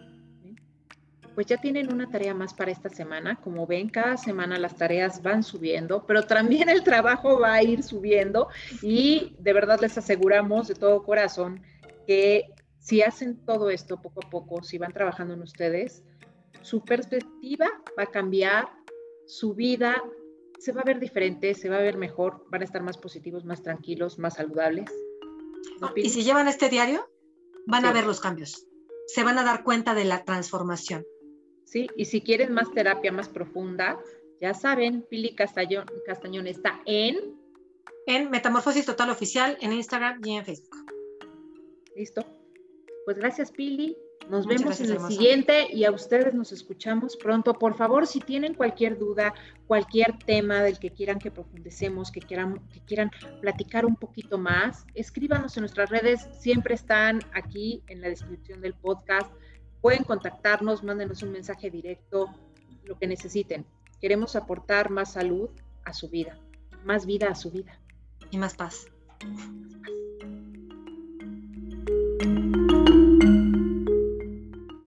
S1: Pues ya tienen una tarea más para esta semana. Como ven, cada semana las tareas van subiendo, pero también el trabajo va a ir subiendo y de verdad les aseguramos de todo corazón que si hacen todo esto poco a poco, si van trabajando en ustedes, su perspectiva va a cambiar, su vida se va a ver diferente, se va a ver mejor, van a estar más positivos, más tranquilos, más saludables.
S2: ¿No? Y si llevan este diario, van sí. a ver los cambios, se van a dar cuenta de la transformación.
S1: Sí, y si quieren más terapia más profunda, ya saben, Pili Castañón, Castañón está en...
S2: En Metamorfosis Total Oficial, en Instagram y en Facebook.
S1: Listo. Pues gracias, Pili. Nos
S2: Muchas
S1: vemos
S2: gracias,
S1: en el
S2: hermosa.
S1: siguiente y a ustedes nos escuchamos pronto. Por favor, si tienen cualquier duda, cualquier tema del que quieran que profundicemos, que quieran, que quieran platicar un poquito más, escríbanos en nuestras redes. Siempre están aquí en la descripción del podcast. Pueden contactarnos, mándenos un mensaje directo, lo que necesiten. Queremos aportar más salud a su vida, más vida a su vida.
S2: Y más paz.
S1: Más paz.